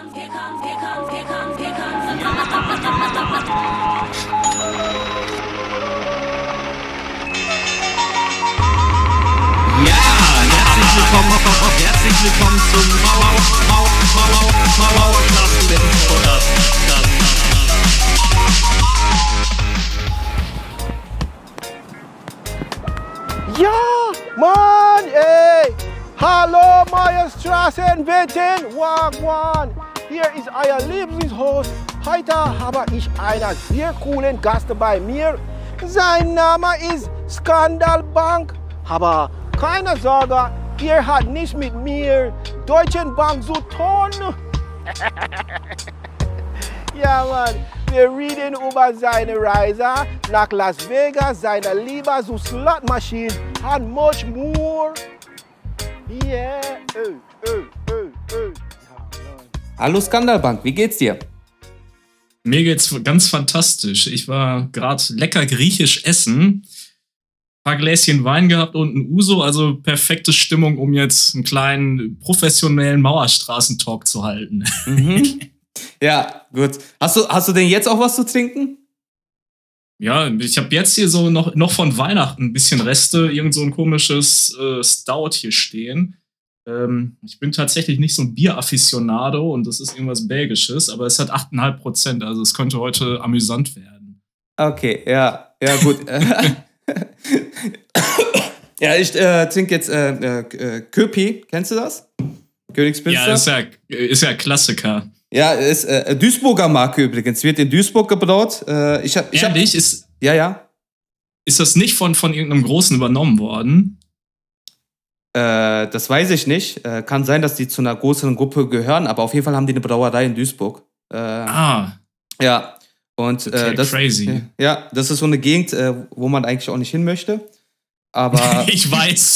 Herzlich willkommen zum Mauerklassen-Podcast. Ja, Mann, ey! Hallo, meine Straßenwitten! Wagwan! Hier ist euer Lieblingshost. Heute habe ich einen sehr coolen Gast bei mir. Sein Name ist Skandalbank. Aber keine Sorge, ihr habt nichts mit mir, Deutschen Bank, zu tun. Ja, Mann, wir reden über seine Reise nach Las Vegas, seine Liebe zu Slotmaschinen und much more. Yeah. Hallo Skandalbank, wie geht's dir? Mir geht's ganz fantastisch. Ich war gerade lecker griechisch essen, ein paar Gläschen Wein gehabt und ein Uso, also perfekte Stimmung, um jetzt einen kleinen professionellen Mauerstraßentalk zu halten. Mhm. Ja, gut. Hast du denn jetzt auch was zu trinken? Ja, ich habe jetzt hier so noch von Weihnachten ein bisschen Reste, irgend so ein komisches Stout hier stehen. Ich bin tatsächlich nicht so ein Bier-Afficionado und das ist irgendwas Belgisches, aber es hat 8,5%, also es könnte heute amüsant werden. Okay, ja, gut. Ja, ich trinke jetzt Köpi, kennst du das? Königspilsner? Ja, ist ja ein Klassiker. Ja, ist Duisburger Marke übrigens, wird in Duisburg gebraut. Ja. Ist das nicht von irgendeinem Großen übernommen worden? Das weiß ich nicht. Kann sein, dass die zu einer größeren Gruppe gehören, aber auf jeden Fall haben die eine Brauerei in Duisburg. Ja. Und okay, das crazy. Ja, das ist so eine Gegend, wo man eigentlich auch nicht hin möchte. Aber ich weiß.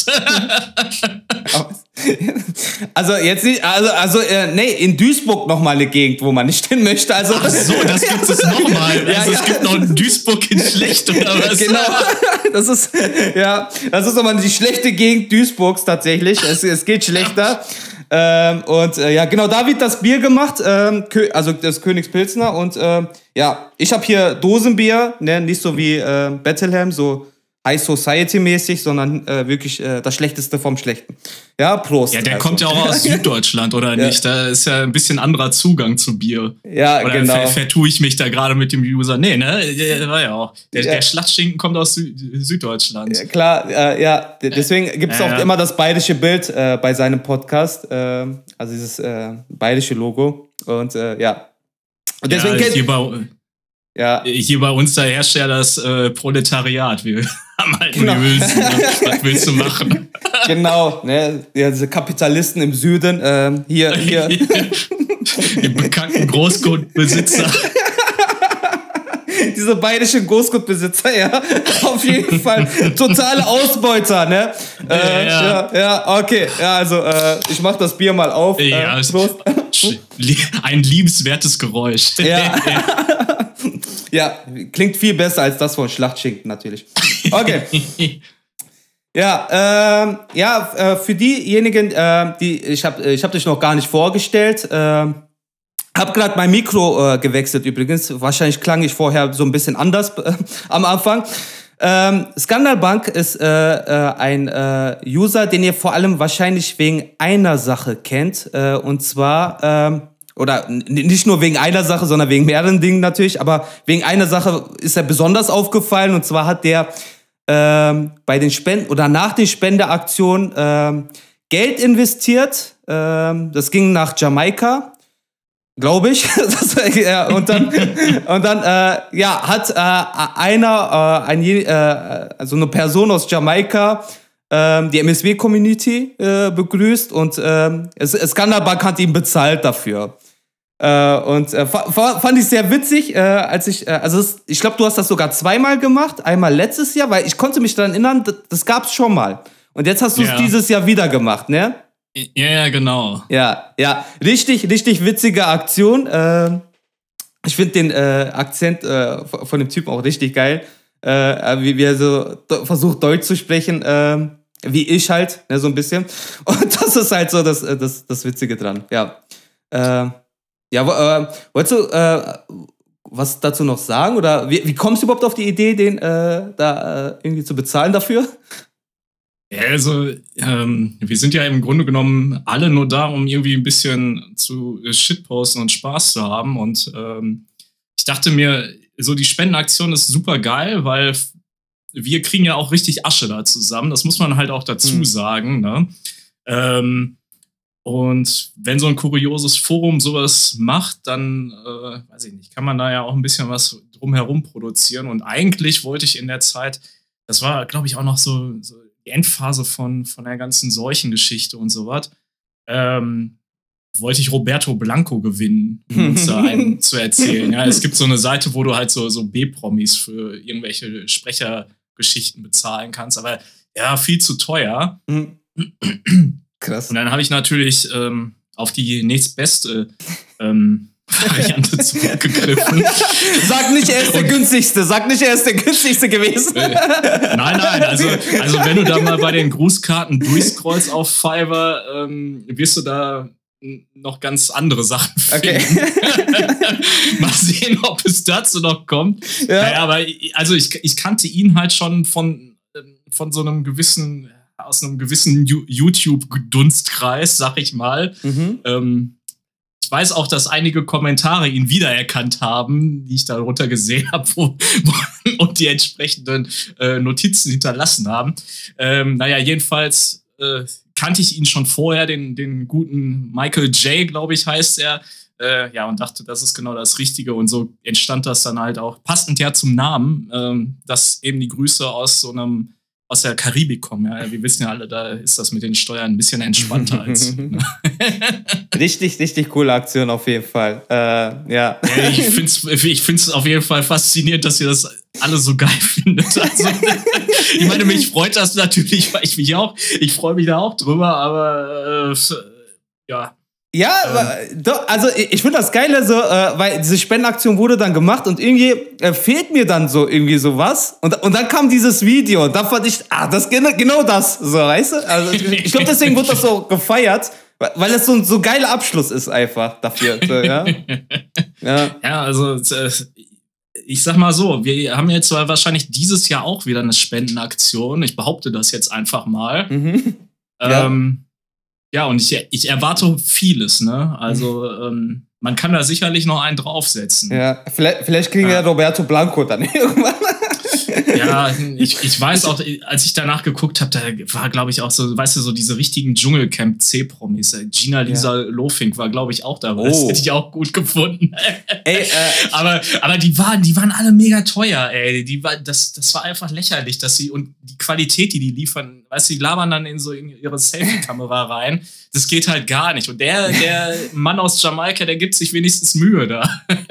Also jetzt nicht, nee, in Duisburg noch mal eine Gegend, wo man nicht hin möchte. Also ach so, das gibt es nochmal. Also es gibt noch einen Duisburg in schlecht oder was? Genau, das ist nochmal die schlechte Gegend Duisburgs tatsächlich. Es geht schlechter. Genau, da wird das Bier gemacht, also das Königspilsner. Und ich habe hier Dosenbier, ne, nicht so wie Bethlehem, so High Society-mäßig, sondern wirklich das Schlechteste vom Schlechten. Ja, Prost. Ja, der kommt ja auch aus Süddeutschland, oder nicht? Da ist ja ein bisschen anderer Zugang zu Bier. Ja, oder genau. Vertue ich mich da gerade mit dem User? Nee, ne? War ja auch. Der Schlachtschinken kommt aus Süddeutschland. Ja, klar, deswegen gibt es auch immer das bayerische Bild bei seinem Podcast. Also dieses bayerische Logo. Und Und deswegen hier bei uns, da herrscht ja das Proletariat. Wir haben halt nur die Wilson. Was willst du machen? Genau, ne? Ja, diese Kapitalisten im Süden. Hier. Die bekannten Großgrundbesitzer. Diese bayerischen Großgrundbesitzer, ja. Auf jeden Fall. Totale Ausbeuter, ne? Okay. Ja, also, ich mach das Bier mal auf. Ja, ein liebenswertes Geräusch. Ja. Ja, klingt viel besser als das von Schlachtschinken natürlich. Okay. Für diejenigen, ich hab dich noch gar nicht vorgestellt. Hab gerade mein Mikro gewechselt übrigens. Wahrscheinlich klang ich vorher so ein bisschen anders am Anfang. Skandalbank ist ein User, den ihr vor allem wahrscheinlich wegen einer Sache kennt. Und zwar oder nicht nur wegen einer Sache, sondern wegen mehreren Dingen natürlich, aber wegen einer Sache ist er besonders aufgefallen, und zwar hat der bei den Spenden oder nach den Spendeaktionen Geld investiert. Das ging nach Jamaika, glaube ich. Und dann hat also eine Person aus Jamaika die MSW-Community begrüßt, und Skandalbank hat ihn bezahlt dafür. Fand ich sehr witzig, ich glaube, du hast das sogar zweimal gemacht. Einmal letztes Jahr, weil ich konnte mich daran erinnern, das gab's schon mal. Und jetzt hast du es dieses Jahr wieder gemacht, ne? Ja, genau. Ja, richtig witzige Aktion. Ich finde den Akzent von dem Typen auch richtig geil. Wie er so versucht, Deutsch zu sprechen, wie ich halt, ne, so ein bisschen. Und das ist halt so das Witzige dran, ja. Ja, wolltest du was dazu noch sagen? Oder wie kommst du überhaupt auf die Idee, den da irgendwie zu bezahlen dafür? Ja, also, wir sind ja im Grunde genommen alle nur da, um irgendwie ein bisschen zu shitposten und Spaß zu haben. Und ich dachte mir, so die Spendenaktion ist super geil, weil wir kriegen ja auch richtig Asche da zusammen. Das muss man halt auch dazu sagen. Ne? Und wenn so ein kurioses Forum sowas macht, dann, weiß ich nicht, kann man da ja auch ein bisschen was drumherum produzieren. Und eigentlich wollte ich in der Zeit, das war, glaube ich, auch noch so die Endphase von der ganzen Seuchengeschichte und sowas, wollte ich Roberto Blanco gewinnen, um uns da einen zu erzählen. Ja, es gibt so eine Seite, wo du halt so B-Promis für irgendwelche Sprechergeschichten bezahlen kannst, aber ja, viel zu teuer. Krass. Und dann habe ich natürlich auf die nächstbeste Variante zurückgegriffen. Sag nicht, er ist der günstigste. Sag nicht, er ist der günstigste gewesen. Nein. Also wenn du da mal bei den Grußkarten durchscrollst auf Fiverr, wirst du da noch ganz andere Sachen finden. Okay. Mal sehen, ob es dazu noch kommt. Ja. Naja, aber also ich kannte ihn halt schon von so einem gewissen, aus einem gewissen YouTube-Dunstkreis, sag ich mal. Ich weiß auch, dass einige Kommentare ihn wiedererkannt haben, die ich darunter gesehen habe, und die entsprechenden Notizen hinterlassen haben. Naja, jedenfalls kannte ich ihn schon vorher, den guten Michael J., glaube ich, heißt er. Ja, und dachte, das ist genau das Richtige. Und so entstand das dann halt auch, passend ja zum Namen, dass eben die Grüße aus der Karibik kommen. Ja, wir wissen ja alle, da ist das mit den Steuern ein bisschen entspannter als. Ne? Richtig, richtig coole Aktion auf jeden Fall. Ja. Ich find's auf jeden Fall faszinierend, dass ihr das alle so geil findet. Also, ich meine, mich freut das natürlich, weil ich freue mich da auch drüber, aber ja. Ja, doch, also ich finde das Geile so, weil diese Spendenaktion wurde dann gemacht und irgendwie fehlt mir dann so irgendwie sowas und dann kam dieses Video und da fand ich, das ist genau das, so, weißt du? Also ich glaube, deswegen wurde das so gefeiert, weil es so ein geiler Abschluss ist einfach dafür, so, ja? Ja, also ich sag mal so, wir haben jetzt wahrscheinlich dieses Jahr auch wieder eine Spendenaktion, ich behaupte das jetzt einfach mal. Ja, und ich erwarte vieles, ne? Also, man kann da sicherlich noch einen draufsetzen. Ja, vielleicht kriegen wir Roberto Blanco dann irgendwann. Ja, ich weiß auch, als ich danach geguckt habe, da war, glaube ich, auch so, weißt du, so diese richtigen Dschungelcamp-C-Promis. Gina Lisa Lofink war, glaube ich, auch dabei. Das hätte ich auch gut gefunden. Ey, aber die waren alle mega teuer, ey. Das war einfach lächerlich, dass sie, und die Qualität, die liefern, weißt du, die labern dann in ihre Selfie-Kamera rein. Das geht halt gar nicht. Und der Mann aus Jamaika, der gibt sich wenigstens Mühe da.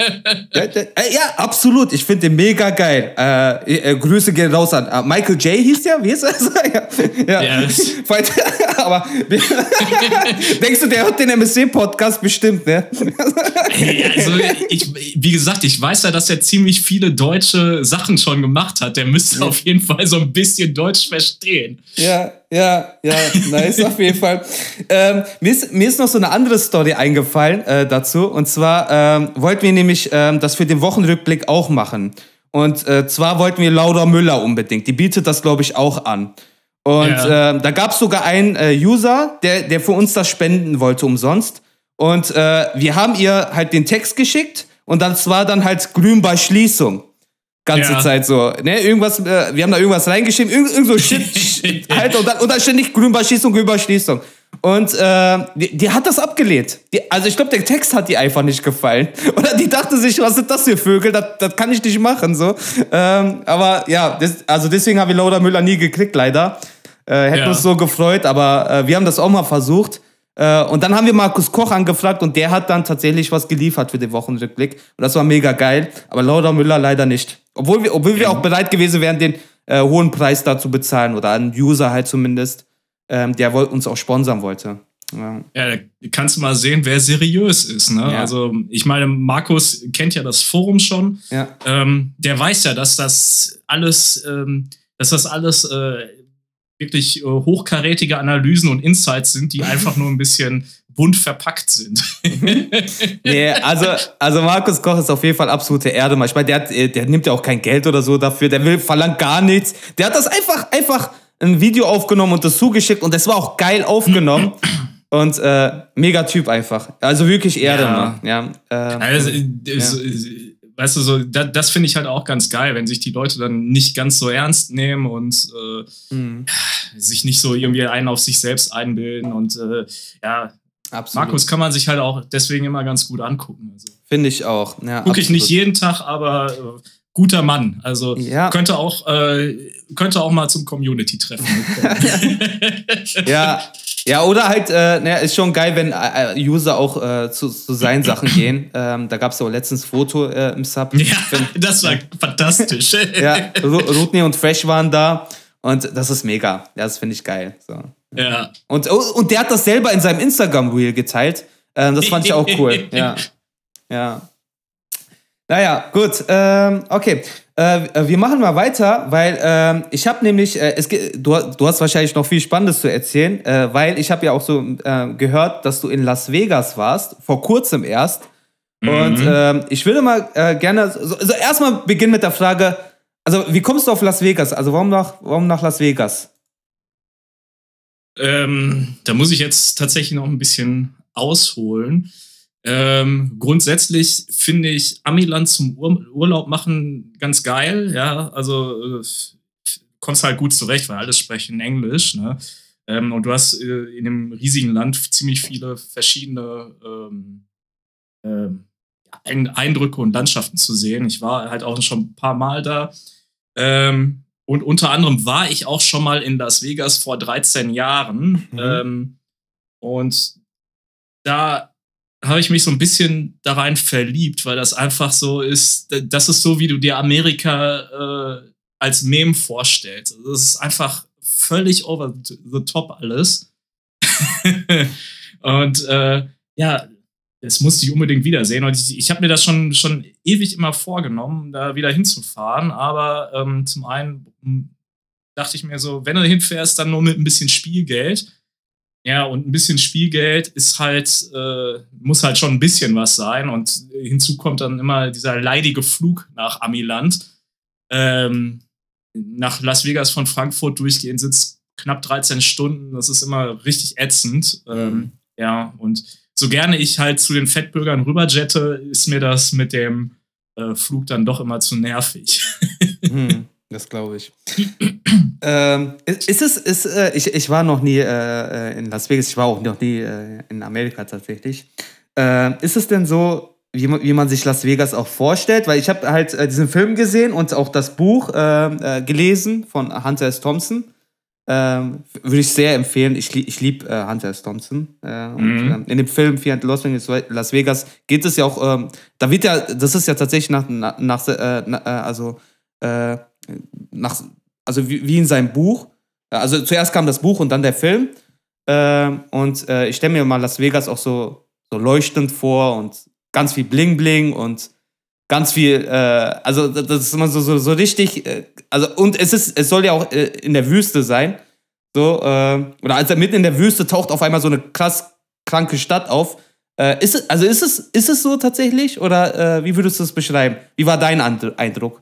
Ja, absolut. Ich finde den mega geil. Grüße gehen raus an Michael J. hieß der? Wie ist das? Ja. Yes. Aber denkst du, der hört den MSC-Podcast bestimmt, ne? Also, wie gesagt, ich weiß ja, dass er ziemlich viele deutsche Sachen schon gemacht hat. Der müsste auf jeden Fall so ein bisschen Deutsch verstehen. Ja, nice, auf jeden Fall. Mir ist noch so eine andere Story eingefallen dazu. Und zwar wollten wir nämlich das für den Wochenrückblick auch machen. Und zwar wollten wir Laura Müller unbedingt. Die bietet das, glaube ich, auch an. Und da gab es sogar einen User, der für uns das spenden wollte umsonst. Und wir haben ihr halt den Text geschickt und das war dann halt grün bei Schließung. Ganze Zeit so, ne, irgendwas, wir haben da irgendwas reingeschrieben, irgend so Shit, halt, und dann ständig grün bei Schließung, grün bei Schließung. Und die hat das abgelehnt. Also ich glaube, der Text hat ihr einfach nicht gefallen. Oder die dachte sich, was sind das für Vögel, das kann ich nicht machen, so. Aber ja, deswegen haben wir Laura Müller nie gekriegt, leider. Hätten uns so gefreut, aber wir haben das auch mal versucht. Und dann haben wir Markus Koch angefragt und der hat dann tatsächlich was geliefert für den Wochenrückblick. Und das war mega geil. Aber Laura Müller leider nicht. Obwohl wir auch bereit gewesen wären, den hohen Preis da zu bezahlen. Oder einen User halt zumindest, der uns auch sponsern wollte. Ja, da kannst du mal sehen, wer seriös ist. Ne? Ja. Also ich meine, Markus kennt ja das Forum schon. Ja. Der weiß ja, dass das alles wirklich hochkarätige Analysen und Insights sind, die einfach nur ein bisschen bunt verpackt sind. Nee, also Markus Koch ist auf jeden Fall absolute Erde. Ich meine, der nimmt ja auch kein Geld oder so dafür, verlangt gar nichts. Der hat das einfach ein Video aufgenommen und das zugeschickt und das war auch geil aufgenommen. Und mega Typ einfach. Also wirklich Erde, Mann. Ja, weißt du, so, das finde ich halt auch ganz geil, wenn sich die Leute dann nicht ganz so ernst nehmen und sich nicht so irgendwie einen auf sich selbst einbilden. Und absolut. Markus kann man sich halt auch deswegen immer ganz gut angucken. Also, finde ich auch. Ja, gucke ich nicht jeden Tag, aber guter Mann. Also könnte auch mal zum Community-Treffen kommen. Ja, oder halt, ist schon geil, wenn User auch zu seinen Sachen gehen. Da gab es ja auch letztens ein Foto im Sub. Ja, das war fantastisch. Ja, Rudney und Fresh waren da und das ist mega. Ja, das finde ich geil. So. Ja. Und der hat das selber in seinem Instagram-Reel geteilt. Das fand ich auch cool. Ja. Naja, gut. Okay. Wir machen mal weiter, weil ich habe nämlich, du hast wahrscheinlich noch viel Spannendes zu erzählen, weil ich habe ja auch so gehört, dass du in Las Vegas warst, vor kurzem erst. Und ich würde mal gerne, also erstmal beginnen mit der Frage, also wie kommst du auf Las Vegas? Also warum nach Las Vegas? Da muss ich jetzt tatsächlich noch ein bisschen ausholen. Grundsätzlich finde ich Amiland zum Urlaub machen ganz geil, ja, also kommst halt gut zurecht, weil alles sprechen Englisch, ne? Und du hast in einem riesigen Land ziemlich viele verschiedene Eindrücke und Landschaften zu sehen. Ich war halt auch schon ein paar Mal da. Und unter anderem war ich auch schon mal in Las Vegas vor 13 Jahren. Und da habe ich mich so ein bisschen da rein verliebt, weil das einfach so ist, das ist so, wie du dir Amerika als Meme vorstellst. Also das ist einfach völlig over the top alles. Und das musste ich unbedingt wiedersehen. Und ich habe mir das schon ewig immer vorgenommen, da wieder hinzufahren. Aber zum einen dachte ich mir so, wenn du hinfährst, dann nur mit ein bisschen Spielgeld. Ja, und ein bisschen Spielgeld ist halt, muss halt schon ein bisschen was sein. Und hinzu kommt dann immer dieser leidige Flug nach Amiland. Nach Las Vegas von Frankfurt durchgehen sitzt knapp 13 Stunden. Das ist immer richtig ätzend. Ja, und so gerne ich halt zu den Fettbürgern rüberjette, ist mir das mit dem Flug dann doch immer zu nervig. Das glaube ich. Ich war noch nie in Las Vegas, ich war auch noch nie in Amerika tatsächlich. Ist es denn so, wie man sich Las Vegas auch vorstellt? Weil ich habe halt diesen Film gesehen und auch das Buch gelesen von Hunter S. Thompson. Würde ich sehr empfehlen. Ich liebe Hunter S. Thompson. Und in dem Film Fear and Loathing in Las Vegas geht es ja auch, da wird ja, das ist ja tatsächlich wie in seinem Buch. Also zuerst kam das Buch und dann der Film. Ich stelle mir mal Las Vegas auch so leuchtend vor und ganz viel Bling Bling und ganz viel, also das ist immer so richtig, und es soll ja auch in der Wüste sein. So, oder als er mitten in der Wüste taucht auf einmal so eine krass kranke Stadt auf. Ist es so tatsächlich? Oder wie würdest du es beschreiben? Wie war dein Eindruck?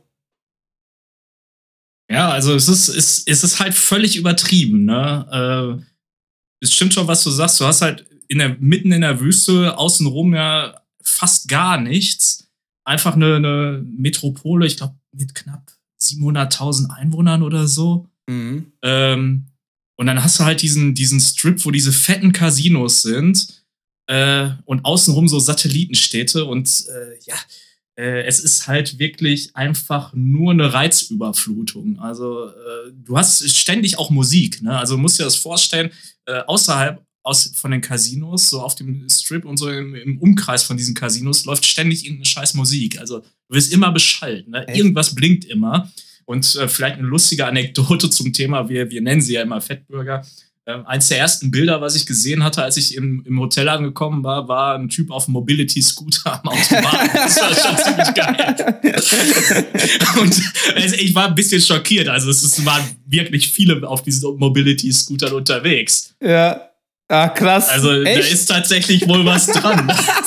Ja, also es ist halt völlig übertrieben, ne? Es stimmt schon, was du sagst. Du hast halt mitten in der Wüste außenrum ja fast gar nichts. Einfach eine Metropole, ich glaube, mit knapp 700.000 Einwohnern oder so. Und dann hast du halt diesen Strip, wo diese fetten Casinos sind und außenrum so Satellitenstädte und es ist halt wirklich einfach nur eine Reizüberflutung. Also du hast ständig auch Musik, ne? Also du musst dir das vorstellen, außerhalb von den Casinos, so auf dem Strip und so im Umkreis von diesen Casinos läuft ständig irgendeine scheiß Musik. Also du wirst immer beschallt, ne? Irgendwas blinkt immer. Und vielleicht eine lustige Anekdote zum Thema, wir nennen sie ja immer Fettbürger. Eins der ersten Bilder, was ich gesehen hatte, als ich im Hotel angekommen war, war ein Typ auf einem Mobility-Scooter am Autobahn. Das war schon ziemlich geil. Und ich war ein bisschen schockiert. Also es waren wirklich viele auf diesen Mobility-Scootern unterwegs. Ja. Ah, krass. Also echt? da ist tatsächlich wohl was dran.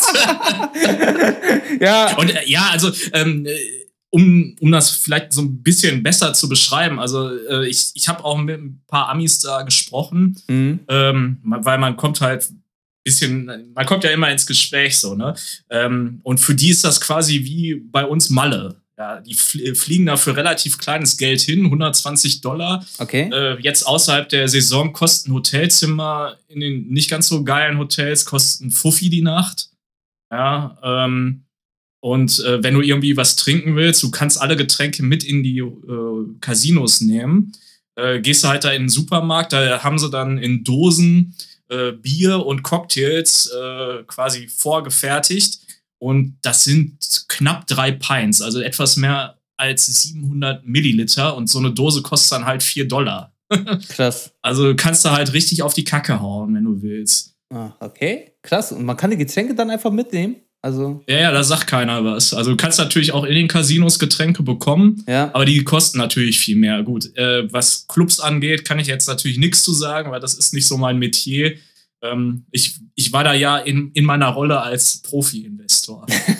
Ja. Und also um das vielleicht so ein bisschen besser zu beschreiben, also ich habe auch mit ein paar Amis da gesprochen, weil man kommt halt man kommt ja immer ins Gespräch so, ne? Und für die ist das quasi wie bei uns Malle. Ja, die fliegen da für relativ kleines Geld hin, $120. Okay. Jetzt außerhalb der Saison kosten Hotelzimmer in den nicht ganz so geilen Hotels, kosten Fuffi die Nacht. Ja, und wenn du irgendwie was trinken willst, du kannst alle Getränke mit in die Casinos nehmen. Gehst du halt da in den Supermarkt, da haben sie dann in Dosen Bier und Cocktails quasi vorgefertigt. Und das sind knapp 3 Pints, also etwas mehr als 700 Milliliter. Und so eine Dose kostet dann halt $4. Krass. Also kannst du halt richtig auf die Kacke hauen, wenn du willst. Ah, okay, krass. Und man kann die Getränke dann einfach mitnehmen? Also Ja, da sagt keiner was. Also du kannst natürlich auch in den Casinos Getränke bekommen, ja. aber die kosten natürlich viel mehr. Gut, was Clubs angeht, kann ich jetzt natürlich nichts zu sagen, weil das ist nicht so mein Metier. Ich war da ja in meiner Rolle als Profi-Investor.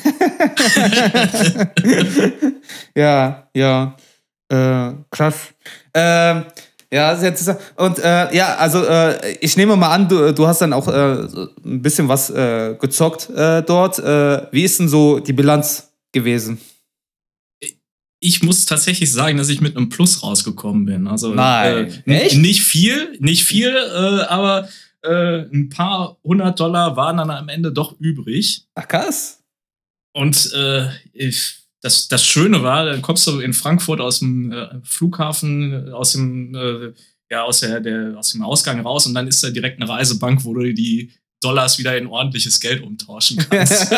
Ja, krass. Ja, sehr interessant. Und also ich nehme mal an, du hast dann auch ein bisschen was gezockt dort. Wie ist denn so die Bilanz gewesen? Ich muss tatsächlich sagen, dass ich mit einem Plus rausgekommen bin. Also Nein. Echt? Nicht viel, aber ein paar $100 waren dann am Ende doch übrig. Ach, krass. Und das Schöne war, dann kommst du in Frankfurt aus dem Flughafen, aus dem Ausgang raus und dann ist da direkt eine Reisebank, wo du die Dollars wieder in ordentliches Geld umtauschen kannst.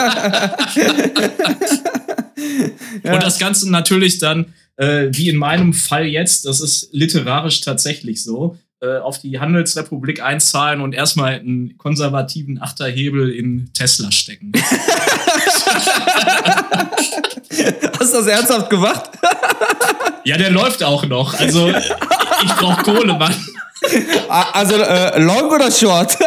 Ja. Und das Ganze natürlich dann, wie in meinem Fall jetzt, das ist literarisch tatsächlich so, auf die Handelsrepublik einzahlen und erstmal einen konservativen Achterhebel in Tesla stecken. Hast du das ernsthaft gemacht? Ja, der läuft auch noch. Also, ich brauch Kohle, Mann. Also, long oder short?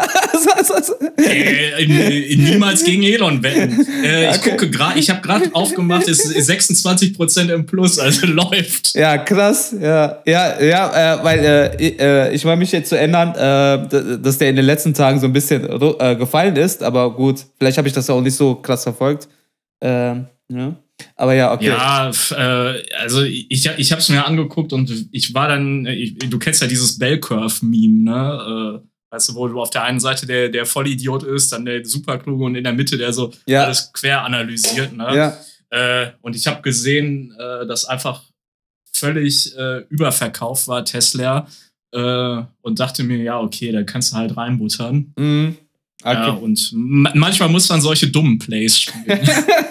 Niemals gegen Elon wetten. Ich habe gerade aufgemacht, es ist 26% im Plus, also läuft. Ja, krass. Ja, weil ich meine mich jetzt zu ändern, dass der in den letzten Tagen so ein bisschen gefallen ist, aber gut, vielleicht habe ich das auch nicht so krass verfolgt. Ja. Aber ja, okay. Ja, also ich habe es mir angeguckt und ich war dann, du kennst ja dieses Bell Curve-Meme, ne? Weißt du, wo du auf der einen Seite der Vollidiot ist, dann der Superkluge und in der Mitte der so alles quer analysiert, ne? Ja. Und ich habe gesehen, dass einfach völlig überverkauft war, Tesla, und dachte mir, ja, okay, da kannst du halt reinbuttern. Mhm. Okay. Ja, und manchmal muss man solche dummen Plays spielen.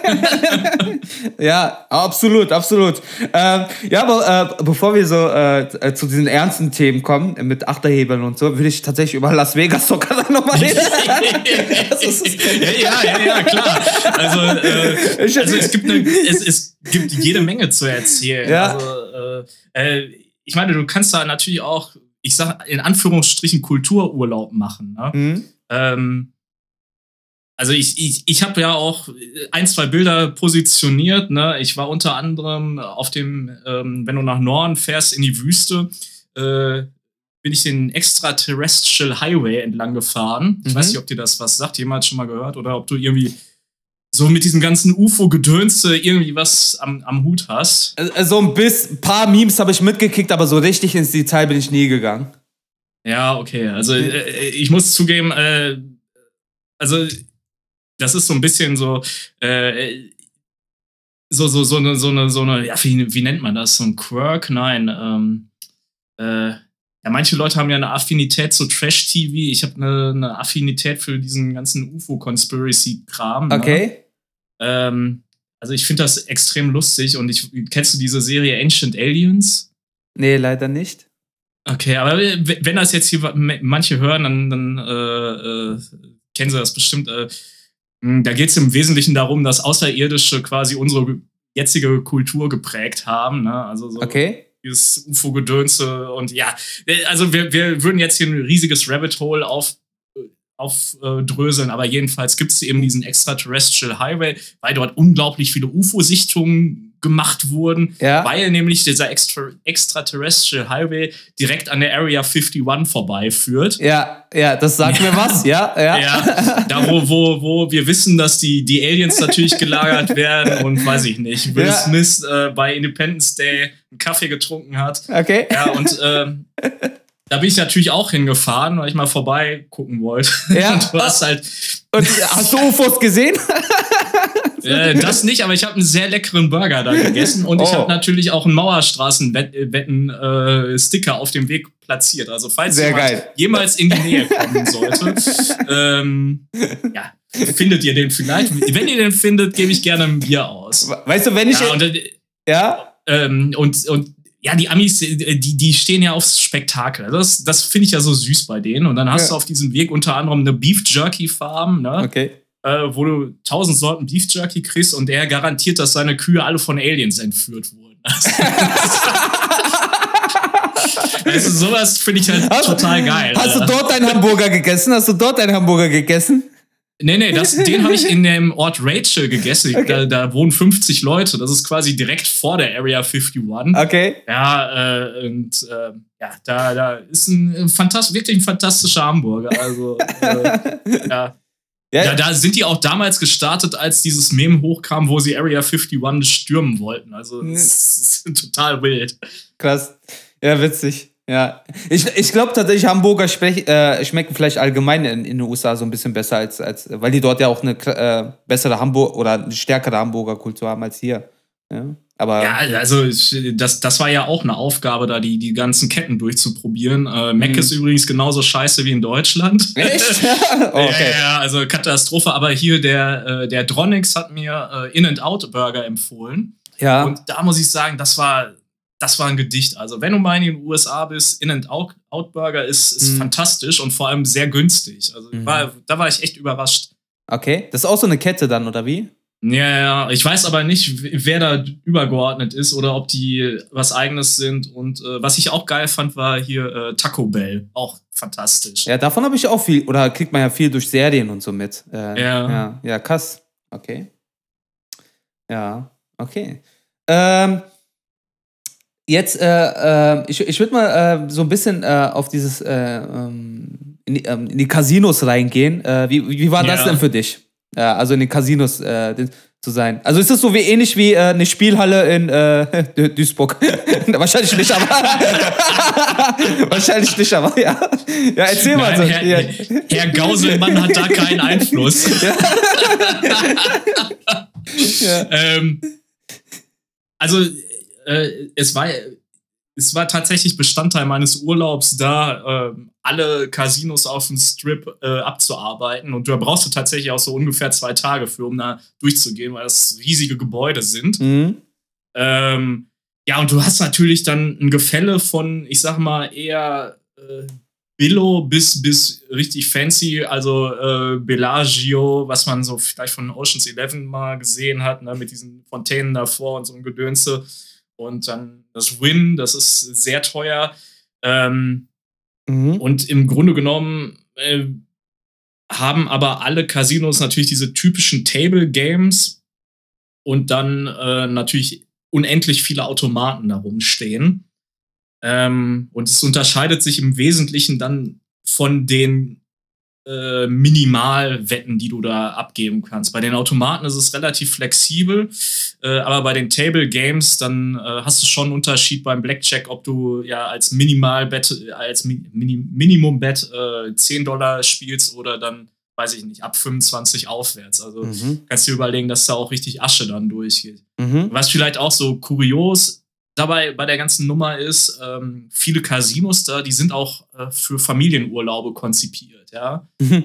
Ja, absolut. Ja, aber bevor wir so zu diesen ernsten Themen kommen, mit Achterhebeln und so, würde ich tatsächlich über Las Vegas Soccer dann nochmal reden. Ja, klar. Also es gibt jede Menge zu erzählen. Ja. Also, ich meine, du kannst da natürlich auch, ich sag in Anführungsstrichen, Kultururlaub machen, ne? Mhm. Also ich habe ja auch 1, 2 Bilder positioniert, ne? Ich war unter anderem auf dem, wenn du nach Norden fährst in die Wüste, bin ich den Extraterrestrial Highway entlang gefahren. Ich weiß nicht, ob dir das was sagt, jemals schon mal gehört, oder ob du irgendwie so mit diesem ganzen UFO-Gedönse irgendwie was am Hut hast. So ein paar Memes habe ich mitgekriegt, aber so richtig ins Detail bin ich nie gegangen. Ja, okay. Also ich muss zugeben, also das ist so ein bisschen so eine, ja, wie nennt man das? So ein Quirk? Nein. Ja, manche Leute haben ja eine Affinität zu Trash-TV. Ich habe eine Affinität für diesen ganzen UFO-Conspiracy-Kram. Okay. Ne? Also ich finde das extrem lustig und kennst du diese Serie Ancient Aliens? Nee, leider nicht. Okay, aber wenn das jetzt hier manche hören, dann kennen sie das bestimmt. Da geht es im Wesentlichen darum, dass Außerirdische quasi unsere jetzige Kultur geprägt haben. Ne? Also so dieses UFO-Gedönse und ja, also wir würden jetzt hier ein riesiges Rabbit Hole aufdröseln, aber jedenfalls gibt es eben diesen Extraterrestrial Highway, weil dort unglaublich viele UFO-Sichtungen gemacht wurden, weil nämlich dieser Extraterrestrial Highway direkt an der Area 51 vorbeiführt. Ja, das sagt mir was, ja. Da wo wir wissen, dass die Aliens natürlich gelagert werden und weiß ich nicht, Will Smith bei Independence Day einen Kaffee getrunken hat. Okay. Ja, und da bin ich natürlich auch hingefahren, weil ich mal vorbei gucken wollte. Ja. Und du hast halt. Und hast du UFOs gesehen? Das nicht, aber ich habe einen sehr leckeren Burger da gegessen und ich habe natürlich auch einen Mauerstraßenwetten-Sticker auf dem Weg platziert. Also falls jemand jemals in die Nähe kommen sollte, findet ihr den vielleicht. Wenn ihr den findet, gebe ich gerne ein Bier aus. Weißt du, wenn ich... Die Amis, die stehen ja aufs Spektakel. Das finde ich ja so süß bei denen. Und dann hast du auf diesem Weg unter anderem eine Beef Jerky Farm, ne? Okay. Wo du 1000 Sorten Beef Jerky kriegst und der garantiert, dass seine Kühe alle von Aliens entführt wurden. Also sowas finde ich halt total geil. Hast du dort deinen Hamburger gegessen? Nee, den habe ich in dem Ort Rachel gegessen. Okay. Da wohnen 50 Leute. Das ist quasi direkt vor der Area 51. Okay. Ja, da ist wirklich ein fantastischer Hamburger. Also, da sind die auch damals gestartet, als dieses Meme hochkam, wo sie Area 51 stürmen wollten. Also, das ist total wild. Krass. Ja, witzig. Ja, ich glaube tatsächlich, Hamburger schmecken vielleicht allgemein in den USA so ein bisschen besser, als weil die dort ja auch eine bessere oder eine stärkere Hamburger Kultur haben als hier. Ja, aber also das war ja auch eine Aufgabe, da die ganzen Ketten durchzuprobieren. Mac ist übrigens genauso scheiße wie in Deutschland. Echt? Okay. Ja, also Katastrophe. Aber hier der Dronix hat mir In-N-Out-Burger empfohlen. Ja. Und da muss ich sagen, das war ein Gedicht. Also, wenn du mal in den USA bist, In-N-Out-Burger ist fantastisch und vor allem sehr günstig. Also, da war ich echt überrascht. Okay, das ist auch so eine Kette dann, oder wie? Ja, ich weiß aber nicht, wer da übergeordnet ist oder ob die was Eigenes sind. Und was ich auch geil fand, war hier Taco Bell. Auch fantastisch. Ja, davon habe ich auch viel, oder kriegt man ja viel durch Serien und so mit. Ja, krass. Okay. Ja, okay. Jetzt, ich würde mal so ein bisschen auf dieses in die Casinos reingehen. Wie war das denn für dich? Also in den Casinos zu sein. Also ist das so ähnlich wie eine Spielhalle in Duisburg? Wahrscheinlich nicht, aber ja. Ja, erzähl mal so. Herr Gauselmann hat da keinen Einfluss. Also es war tatsächlich Bestandteil meines Urlaubs, da alle Casinos auf dem Strip abzuarbeiten. Und da brauchst du tatsächlich auch so ungefähr 2 Tage für, um da durchzugehen, weil das riesige Gebäude sind. Und du hast natürlich dann ein Gefälle von, ich sag mal, eher Billo bis richtig fancy, also Bellagio, was man so vielleicht von Ocean's 11 mal gesehen hat, ne, mit diesen Fontänen davor und so ein Gedönse. Und dann das Wynn, das ist sehr teuer. Und im Grunde genommen haben aber alle Casinos natürlich diese typischen Table Games und dann natürlich unendlich viele Automaten da rumstehen. Und es unterscheidet sich im Wesentlichen dann von den Minimalwetten, die du da abgeben kannst. Bei den Automaten ist es relativ flexibel, aber bei den Table Games, dann hast du schon einen Unterschied beim Blackjack, ob du ja als Minimalbett, als Minimumbett $10 spielst oder dann, weiß ich nicht, ab 25 aufwärts. Also kannst du dir überlegen, dass da auch richtig Asche dann durchgeht. Was vielleicht auch so kurios dabei bei der ganzen Nummer ist, viele Casinos da, die sind auch für Familienurlaube konzipiert, ja.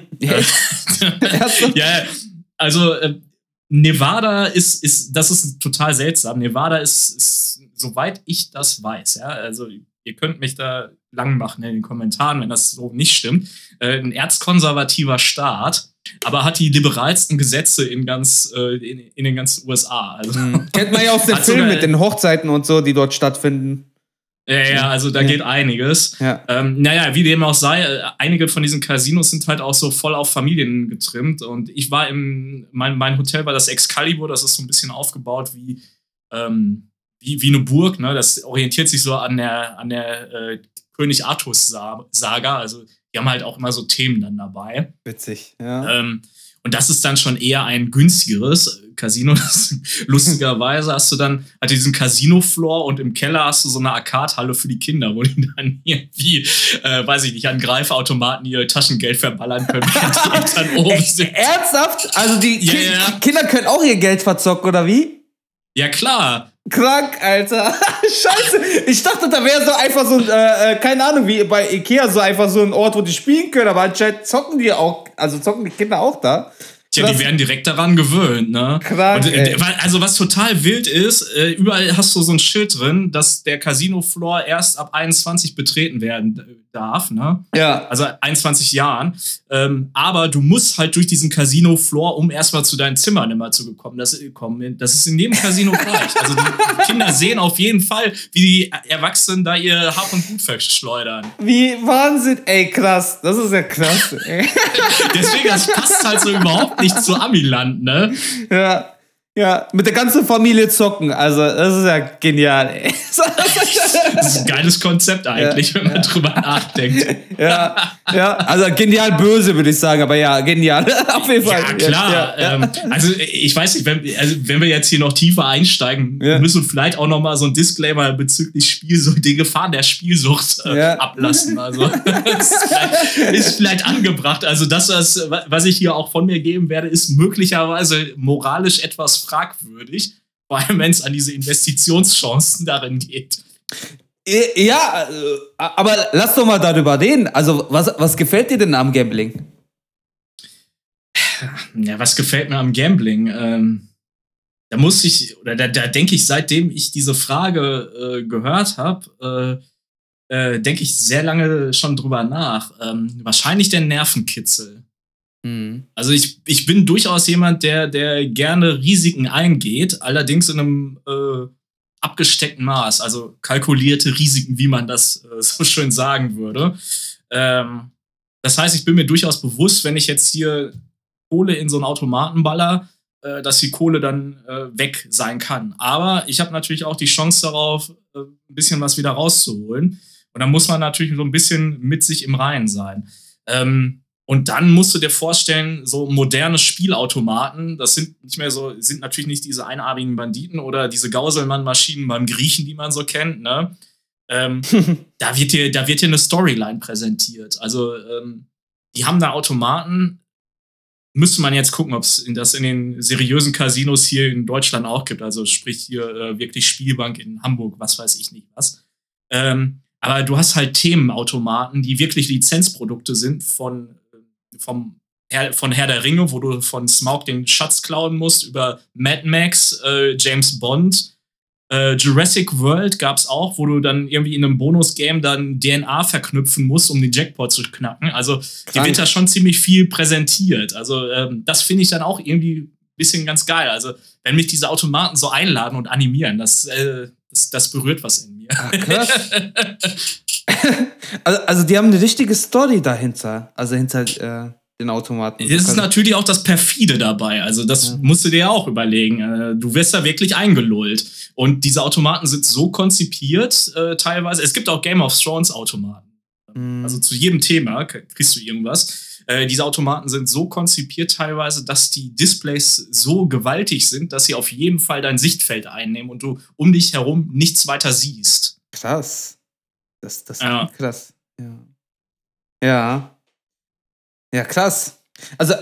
Ja, also Nevada das ist total seltsam. Nevada ist, soweit ich das weiß, ja, also ihr könnt mich da lang machen in den Kommentaren, wenn das so nicht stimmt, ein erzkonservativer Staat, aber hat die liberalsten Gesetze in den ganzen USA. Also, Kennt man ja aus dem Film mit den Hochzeiten und so, die dort stattfinden. Ja, also da geht einiges. Ja. Naja, wie dem auch sei, einige von diesen Casinos sind halt auch so voll auf Familien getrimmt. Und ich war mein Hotel war das Excalibur, das ist so ein bisschen aufgebaut wie eine Burg, ne? Das orientiert sich so an der König Artus Saga. Also die haben halt auch immer so Themen dann dabei. Witzig, ja. Und das ist dann schon eher ein günstigeres Casino. Lustigerweise hast du dann halt diesen Casino-Floor und im Keller hast du so eine Arcade-Halle für die Kinder, wo die dann irgendwie, weiß ich nicht, an Greifautomaten ihr Taschengeld verballern können, während die Eltern oben sind. Ernsthaft? Also die Kinder können auch ihr Geld verzocken, oder wie? Ja, klar. Krank, Alter. Scheiße. Ich dachte, da wäre so einfach so ein, keine Ahnung, wie bei Ikea, so einfach so ein Ort, wo die spielen können, aber anscheinend zocken die Kinder auch da. Tja, die werden direkt daran gewöhnt, ne? Krank, also was total wild ist, überall hast du so ein Schild drin, dass der Casino-Floor erst ab 21 betreten werden darf, ne? Ja. Also 21 Jahren. Aber du musst halt durch diesen Casino-Floor, um erstmal zu deinen Zimmern immer zu kommen. Das ist in jedem Casino gleich. Also die Kinder sehen auf jeden Fall, wie die Erwachsenen da ihr Hab und Gut verschleudern. Wie Wahnsinn. Ey, krass. Das ist ja krass, ey. Deswegen, das passt halt so überhaupt nicht zu Amiland, ne? Ja, mit der ganzen Familie zocken. Also, das ist ja genial, ey. Das ist ein geiles Konzept eigentlich, wenn man drüber nachdenkt. Ja, also genial böse, würde ich sagen, aber ja, genial. Auf jeden Fall. Ja, klar. Ja. Also, ich weiß nicht, wenn wir jetzt hier noch tiefer einsteigen, müssen wir vielleicht auch noch mal so ein Disclaimer bezüglich die Gefahren der Spielsucht ablassen. Also, das ist vielleicht angebracht. Also, das, was ich hier auch von mir geben werde, ist möglicherweise moralisch etwas fragwürdig. Vor allem, wenn es an diese Investitionschancen darin geht. Ja, aber lass doch mal darüber reden. Also, was gefällt dir denn am Gambling? Ja, was gefällt mir am Gambling? Da denke ich, seitdem ich diese Frage gehört habe, denke ich sehr lange schon drüber nach. Wahrscheinlich der Nervenkitzel. Also ich bin durchaus jemand, der gerne Risiken eingeht, allerdings in einem abgesteckten Maß, also kalkulierte Risiken, wie man das so schön sagen würde. Das heißt, ich bin mir durchaus bewusst, wenn ich jetzt hier Kohle in so einen Automaten baller, dass die Kohle dann weg sein kann. Aber ich habe natürlich auch die Chance darauf, ein bisschen was wieder rauszuholen. Und dann muss man natürlich so ein bisschen mit sich im Reinen sein. Und dann musst du dir vorstellen, so moderne Spielautomaten, das sind natürlich nicht diese einarmigen Banditen oder diese Gauselmann-Maschinen beim Griechen, die man so kennt, ne? Da wird dir eine Storyline präsentiert. Also, die haben da Automaten, müsste man jetzt gucken, ob es das in den seriösen Casinos hier in Deutschland auch gibt. Also, sprich hier wirklich Spielbank in Hamburg, was weiß ich nicht was. Aber du hast halt Themenautomaten, die wirklich Lizenzprodukte sind von Herr der Ringe, wo du von Smaug den Schatz klauen musst, über Mad Max, James Bond, Jurassic World gab's auch, wo du dann irgendwie in einem Bonus-Game dann DNA verknüpfen musst, um den Jackpot zu knacken. Also dir wird da schon ziemlich viel präsentiert. Also das finde ich dann auch irgendwie ein bisschen ganz geil. Also wenn mich diese Automaten so einladen und animieren, das berührt was in mir. Ach, krass. Also die haben eine richtige Story dahinter, also hinter den Automaten. Das ist natürlich auch das Perfide dabei, also das musst du dir auch überlegen. Du wirst da wirklich eingelullt. Und diese Automaten sind so konzipiert teilweise, es gibt auch Game of Thrones Automaten. Also zu jedem Thema kriegst du irgendwas. Diese Automaten sind so konzipiert teilweise, dass die Displays so gewaltig sind, dass sie auf jeden Fall dein Sichtfeld einnehmen und du um dich herum nichts weiter siehst. Krass. Das ist krass. Ja, krass. Also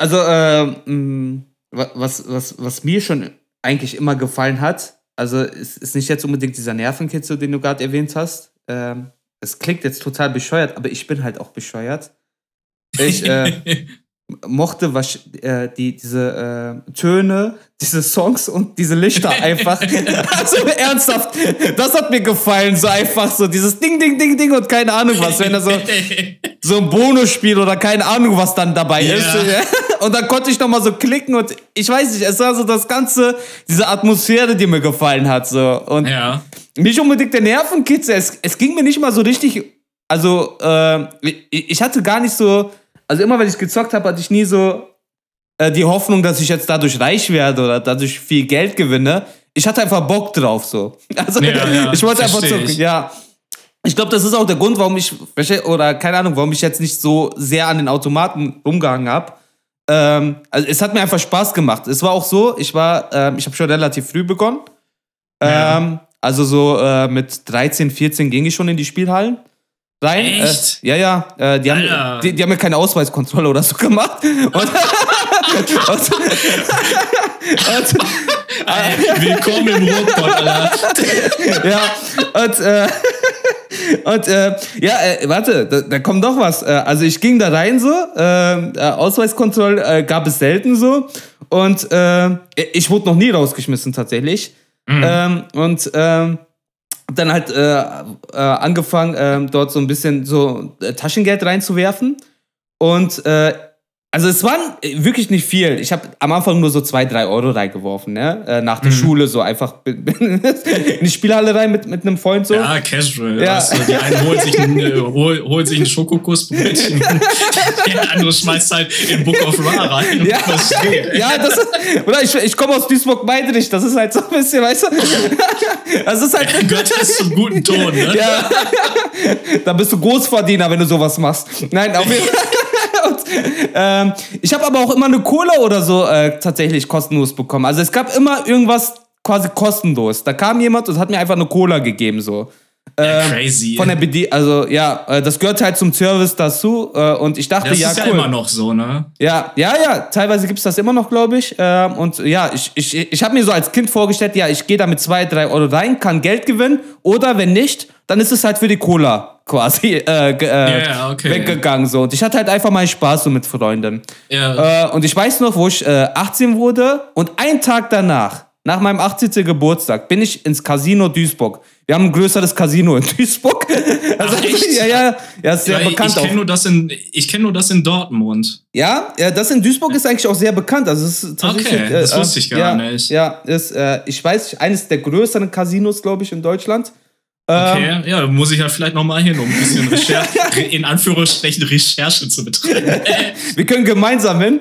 was mir schon eigentlich immer gefallen hat, also es ist nicht jetzt unbedingt dieser Nervenkitzel, den du gerade erwähnt hast. Es klingt jetzt total bescheuert, aber ich bin halt auch bescheuert. mochte diese Töne, diese Songs und diese Lichter einfach. Also ernsthaft, das hat mir gefallen, so einfach so dieses Ding, Ding, Ding, Ding und keine Ahnung was, wenn da so ein Bonusspiel oder keine Ahnung was dann dabei ist. Und dann konnte ich nochmal so klicken und ich weiß nicht, es war so das Ganze, diese Atmosphäre, die mir gefallen hat. So. Und nicht unbedingt der Nervenkitzel, es ging mir nicht mal so richtig, also ich hatte gar nicht so, also immer wenn ich gezockt habe, hatte ich nie so die Hoffnung, dass ich jetzt dadurch reich werde oder dadurch viel Geld gewinne. Ich hatte einfach Bock drauf so. Also ich wollte einfach zocken, ja. Ich glaube, das ist auch der Grund, warum ich jetzt nicht so sehr an den Automaten rumgehangen habe. Also es hat mir einfach Spaß gemacht. Es war auch so, ich habe schon relativ früh begonnen. Also so mit 13, 14 ging ich schon in die Spielhallen rein. Echt? Die haben mir keine Ausweiskontrolle oder so gemacht. Willkommen im Ruhrpott, Alter. Warte, da kommt doch was. Also ich ging da rein so, Ausweiskontrolle gab es selten so und ich wurde noch nie rausgeschmissen tatsächlich. Dann halt angefangen, dort so ein bisschen so Taschengeld reinzuwerfen und also es waren wirklich nicht viel. Ich habe am Anfang nur so 2, 3 Euro reingeworfen, ne? Nach der Schule so einfach in die Spielhalle rein mit einem Freund so. Ja, casual. Ja. Also, die eine holt sich ein Schokokussbrötchen, der andere schmeißt halt in Book of Ra rein und versteht. Ja, oder ich komme aus Duisburg-Meidrich, das ist halt so ein bisschen, weißt du? Das ist halt gehört das zum guten Ton, ne? Ja. Da bist du Großverdiener, wenn du sowas machst. Nein, auf jeden Fall. Ich habe aber auch immer eine Cola oder so tatsächlich kostenlos bekommen. Also es gab immer irgendwas quasi kostenlos. Da kam jemand und hat mir einfach eine Cola gegeben so. Crazy. Von der also das gehört halt zum Service dazu und ich dachte, das ja, ist ja cool. immer noch so, ne? Ja, teilweise gibt's das immer noch, glaube ich. Und ja, ich habe mir so als Kind vorgestellt, ja, ich gehe da mit 2, 3 Euro rein, kann Geld gewinnen oder wenn nicht, dann ist es halt für die Cola quasi weggegangen so. Und ich hatte halt einfach meinen Spaß so mit Freunden. Und ich weiß noch, wo ich 18 wurde und einen Tag danach, nach meinem 18. Geburtstag, bin ich ins Casino Duisburg. Wir haben ein größeres Casino in Duisburg. Also, ist sehr bekannt. Ich kenne nur das in Dortmund. Ja, das in Duisburg ist eigentlich auch sehr bekannt. Also es ist tatsächlich, das wusste ich gar nicht. Ja, ist, ich weiß, eines der größeren Casinos, glaube ich, in Deutschland. Okay, da muss ich ja vielleicht nochmal hin, um ein bisschen in Anführungsstrichen Recherche zu betreiben. Wir können gemeinsam hin.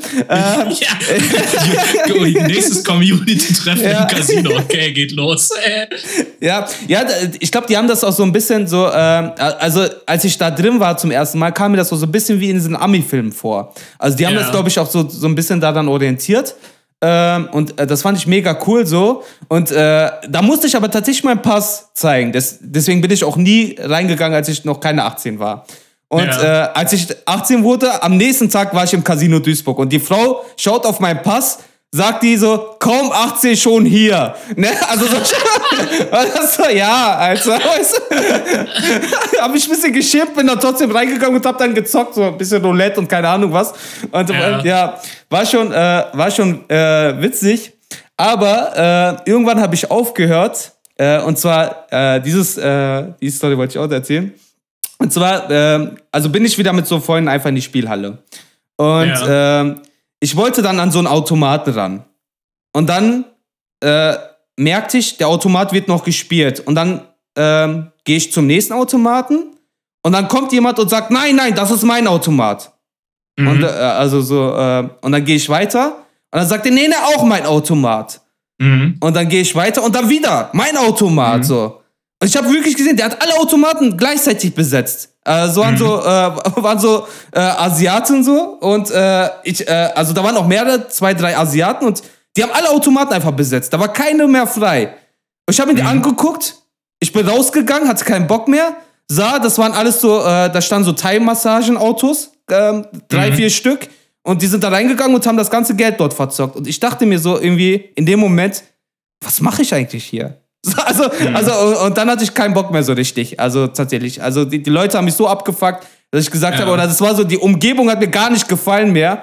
Nächstes Community-Treffen im Casino. Okay, geht los. Ja, ich glaube, die haben das auch so ein bisschen so, also als ich da drin war zum ersten Mal, kam mir das so ein bisschen wie in diesen Ami-Filmen vor. Also die haben das, glaube ich, auch so ein bisschen daran orientiert. Und das fand ich mega cool so. Und da musste ich aber tatsächlich meinen Pass zeigen. Deswegen bin ich auch nie reingegangen, als ich noch keine 18 war. Und als ich 18 wurde, am nächsten Tag war ich im Casino Duisburg. Und die Frau schaut auf meinen Pass, sagt die so, kaum 18 schon hier. Ne? Also so, ja, also, weißt du, hab ich ein bisschen geschippt, bin dann trotzdem reingegangen und hab dann gezockt, so ein bisschen Roulette und keine Ahnung was. Und war schon witzig. Aber irgendwann habe ich aufgehört. Und zwar, diese Story wollte ich auch erzählen. Und zwar, also bin ich wieder mit so Freunden einfach in die Spielhalle. Und ich wollte dann an so einen Automaten ran. Und dann merkte ich, der Automat wird noch gespielt. Und dann gehe ich zum nächsten Automaten. Und dann kommt jemand und sagt, nein, das ist mein Automat. Und und dann gehe ich weiter. Und dann sagt er, nee, auch mein Automat. Und dann gehe ich weiter und dann wieder mein Automat. So. Und ich habe wirklich gesehen, der hat alle Automaten gleichzeitig besetzt. Waren so Asiaten so und also da waren auch mehrere, 2, 3 Asiaten und die haben alle Automaten einfach besetzt. Da war keine mehr frei. Und ich habe mir die angeguckt, ich bin rausgegangen, hatte keinen Bock mehr, sah, das waren alles so, da standen so Thai-Massagen-Autos, 3, 4 Stück und die sind da reingegangen und haben das ganze Geld dort verzockt. Und ich dachte mir so irgendwie in dem Moment, was mache ich eigentlich hier? Also, und dann hatte ich keinen Bock mehr so richtig. Also tatsächlich. Also die Leute haben mich so abgefuckt, dass ich gesagt habe, oder das war so, die Umgebung hat mir gar nicht gefallen mehr.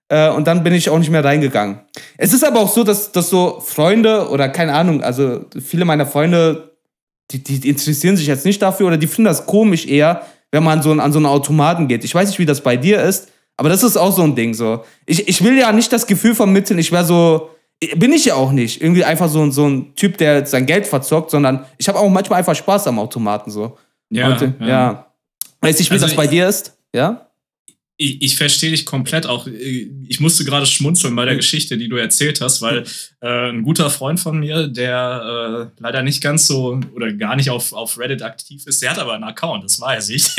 Und dann bin ich auch nicht mehr reingegangen. Es ist aber auch so, dass so Freunde oder keine Ahnung, also viele meiner Freunde, die interessieren sich jetzt nicht dafür oder die finden das komisch eher, wenn man an so einen Automaten geht. Ich weiß nicht, wie das bei dir ist, aber das ist auch so ein Ding so. Ich will ja nicht das Gefühl vermitteln, ich wäre so, bin ich ja auch nicht, irgendwie einfach so ein Typ, der sein Geld verzockt, sondern ich habe auch manchmal einfach Spaß am Automaten so. Ja, und, ja. Weiß nicht, wie das bei dir ist, ja? Ich verstehe dich komplett auch. Ich musste gerade schmunzeln bei der Geschichte, die du erzählt hast, weil ein guter Freund von mir, der leider nicht ganz so oder gar nicht auf Reddit aktiv ist, der hat aber einen Account, das weiß ich.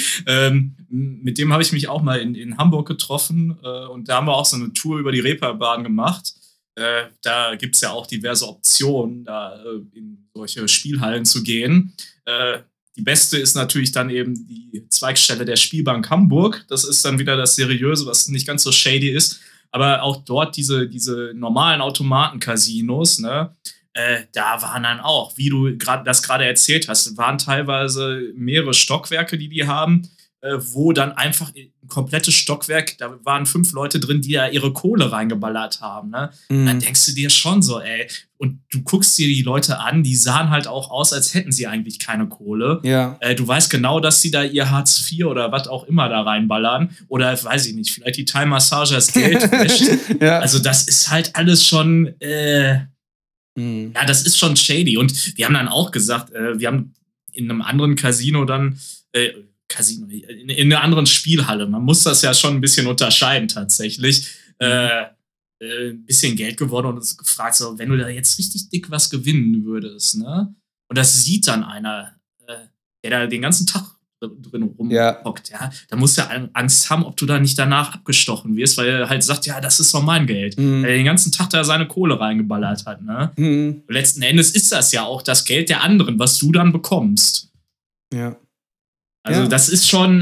Mit dem habe ich mich auch mal in Hamburg getroffen und da haben wir auch so eine Tour über die Reeperbahn gemacht. Da gibt es ja auch diverse Optionen, da in solche Spielhallen zu gehen. Die beste ist natürlich dann eben die Zweigstelle der Spielbank Hamburg. Das ist dann wieder das Seriöse, was nicht ganz so shady ist. Aber auch dort diese normalen Automaten-Casinos, ne, da waren dann auch, wie du das gerade erzählt hast, waren teilweise mehrere Stockwerke, die haben, wo dann einfach ein komplettes Stockwerk, da waren 5 Leute drin, die da ihre Kohle reingeballert haben. Ne? Dann denkst du dir schon so, ey, und du guckst dir die Leute an, die sahen halt auch aus, als hätten sie eigentlich keine Kohle. Ja. Du weißt genau, dass sie da ihr Hartz IV oder was auch immer da reinballern. Oder, weiß ich nicht, vielleicht die Thai-Massage das Geld wäscht. Ja. Also das ist halt alles schon, ja, das ist schon shady. Und wir haben dann auch gesagt, wir haben in einem anderen Casino dann, in einer anderen Spielhalle. Man muss das ja schon ein bisschen unterscheiden tatsächlich. Ein bisschen Geld gewonnen und uns gefragt, so, wenn du da jetzt richtig dick was gewinnen würdest, ne? Und das sieht dann einer, der da den ganzen Tag drin rumhockt, ja, da musst du ja Angst haben, ob du da nicht danach abgestochen wirst, weil er halt sagt, ja, das ist doch mein Geld. Weil er den ganzen Tag da seine Kohle reingeballert hat, ne? Letzten Endes ist das ja auch das Geld der anderen, was du dann bekommst. Ja. Also das ist schon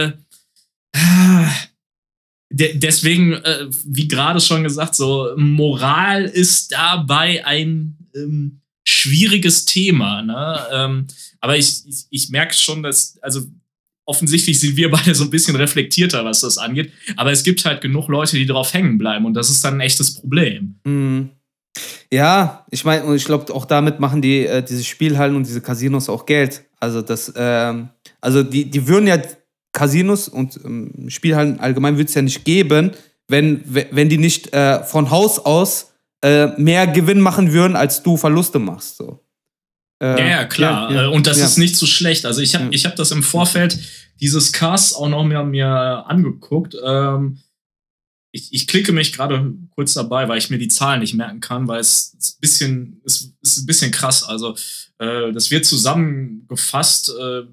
deswegen, wie gerade schon gesagt, so Moral ist dabei ein schwieriges Thema. Ne? Aber ich merke schon, dass, also offensichtlich sind wir beide so ein bisschen reflektierter, was das angeht. Aber es gibt halt genug Leute, die drauf hängen bleiben und das ist dann ein echtes Problem. Ja, ich meine, und ich glaube, auch damit machen diese Spielhallen und diese Casinos auch Geld. Also die würden ja Casinos und Spielhallen allgemein würde es ja nicht geben, wenn die nicht von Haus aus mehr Gewinn machen würden, als du Verluste machst. So. Ja, klar. Ja. Und das ist nicht so schlecht. Also ich hab das im Vorfeld dieses Casts auch noch mir angeguckt. Ich klicke mich gerade kurz dabei, weil ich mir die Zahlen nicht merken kann, weil es ist ein bisschen krass. Also das wird zusammengefasst.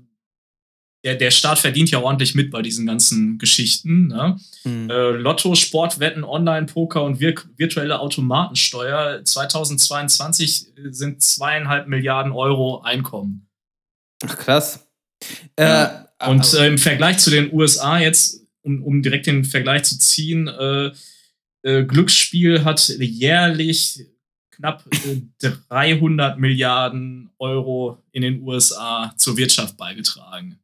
Der Staat verdient ja ordentlich mit bei diesen ganzen Geschichten. Ne? Lotto, Sportwetten, Online-Poker und virtuelle Automatensteuer 2022 sind 2,5 Milliarden Euro Einkommen. Ach, krass. Und im Vergleich zu den USA jetzt, um direkt den Vergleich zu ziehen, Glücksspiel hat jährlich knapp 300 Milliarden Euro in den USA zur Wirtschaft beigetragen.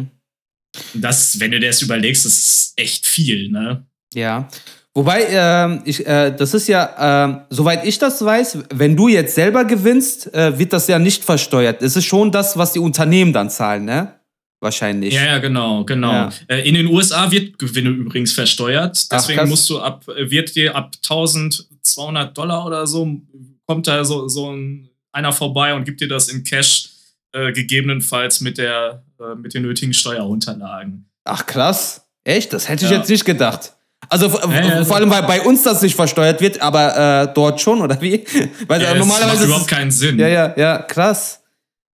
Das, wenn du dir das überlegst, das ist echt viel, ne? Ja. Wobei, das ist ja, soweit ich das weiß, wenn du jetzt selber gewinnst, wird das ja nicht versteuert. Es ist schon das, was die Unternehmen dann zahlen, ne? Wahrscheinlich. Ja, genau. Ja. In den USA wird Gewinne übrigens versteuert. Deswegen wird dir ab $1.200 oder so, kommt da so einer vorbei und gibt dir das in Cash, gegebenenfalls mit den nötigen Steuerunterlagen. Ach, krass. Echt? Das hätte ich jetzt nicht gedacht. Also vor allem, weil bei uns das nicht versteuert wird, aber dort schon, oder wie? Weil normalerweise das macht überhaupt keinen Sinn. Ja, krass.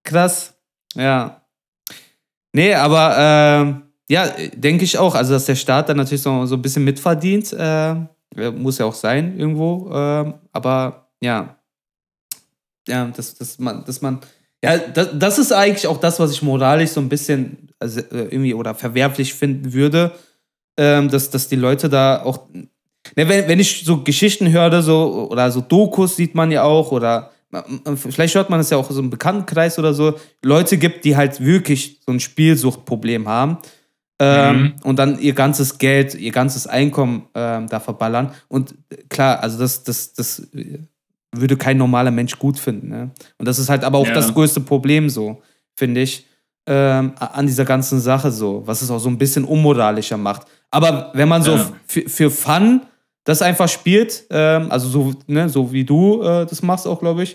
Ja. Nee, aber denke ich auch, also dass der Staat dann natürlich so ein bisschen mitverdient, muss ja auch sein irgendwo, aber das ist eigentlich auch das, was ich moralisch so ein bisschen irgendwie oder verwerflich finden würde, dass die Leute da auch, wenn ich so Geschichten höre, so oder so Dokus sieht man ja auch, oder vielleicht hört man es ja auch so im Bekanntenkreis oder so, Leute gibt, die halt wirklich so ein Spielsuchtproblem haben. und dann ihr ganzes Geld, ihr ganzes Einkommen da verballern. Und klar, also das würde kein normaler Mensch gut finden. Ne? Und das ist halt aber auch das größte Problem so, finde ich, an dieser ganzen Sache so, was es auch so ein bisschen unmoralischer macht. Aber wenn man so für Fun das einfach spielt, also so, ne, so wie du das machst auch, glaube ich,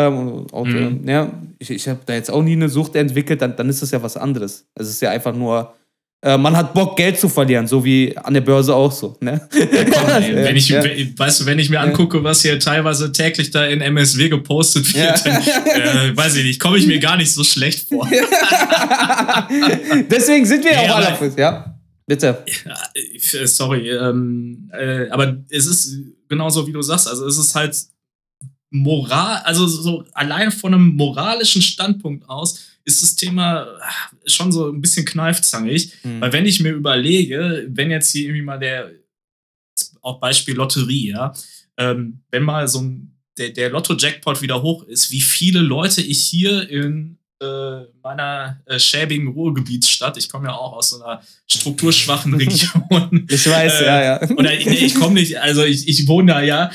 ich habe da jetzt auch nie eine Sucht entwickelt, dann ist das ja was anderes. Es ist ja einfach nur, man hat Bock, Geld zu verlieren, so wie an der Börse auch so. Ne? Ja, komm, ey, wenn ich mir angucke, was hier teilweise täglich da in MSW gepostet wird, dann, weiß ich nicht, komme ich mir gar nicht so schlecht vor. Deswegen sind wir ja auch alle. Ja, bitte. Ja, sorry, aber es ist genauso, wie du sagst, also es ist halt also so allein von einem moralischen Standpunkt aus ist das Thema schon so ein bisschen kneifzangig, weil wenn ich mir überlege, wenn jetzt hier irgendwie mal auch Beispiel Lotterie, ja, wenn mal so der Lotto-Jackpot wieder hoch ist, wie viele Leute ich hier in meiner schäbigen Ruhrgebietsstadt, ich komme ja auch aus so einer strukturschwachen Region. Ich weiß, ja. Oder ich komme nicht, also ich wohne da ja,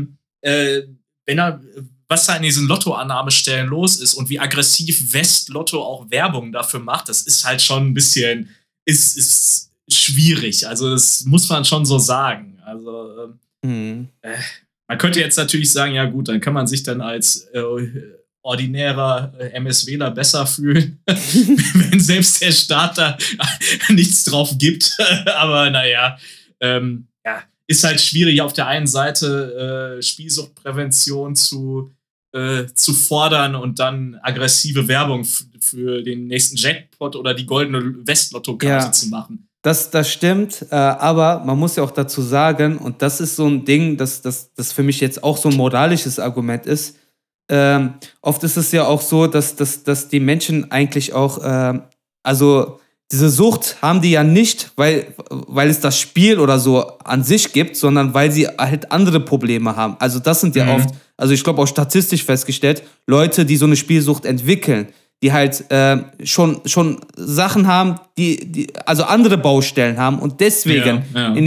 was da in diesen Lottoannahmestellen los ist und wie aggressiv West-Lotto auch Werbung dafür macht, das ist halt schon ein bisschen, ist schwierig. Also das muss man schon so sagen. Also man könnte jetzt natürlich sagen, ja gut, dann kann man sich dann als ordinärer MSWler besser fühlen, wenn selbst der Staat da nichts drauf gibt. Aber naja, ist halt schwierig, auf der einen Seite Spielsuchtprävention zu fordern und dann aggressive Werbung für den nächsten Jackpot oder die goldene West-Lotto-Karte zu machen. Das stimmt, aber man muss ja auch dazu sagen, und das ist so ein Ding, das für mich jetzt auch so ein moralisches Argument ist, oft ist es ja auch so, dass die Menschen eigentlich auch, also diese Sucht haben die ja nicht, weil es das Spiel oder so an sich gibt, sondern weil sie halt andere Probleme haben. Also das sind ja oft, also ich glaube auch statistisch festgestellt, Leute, die so eine Spielsucht entwickeln, die halt schon Sachen haben, die also andere Baustellen haben und deswegen in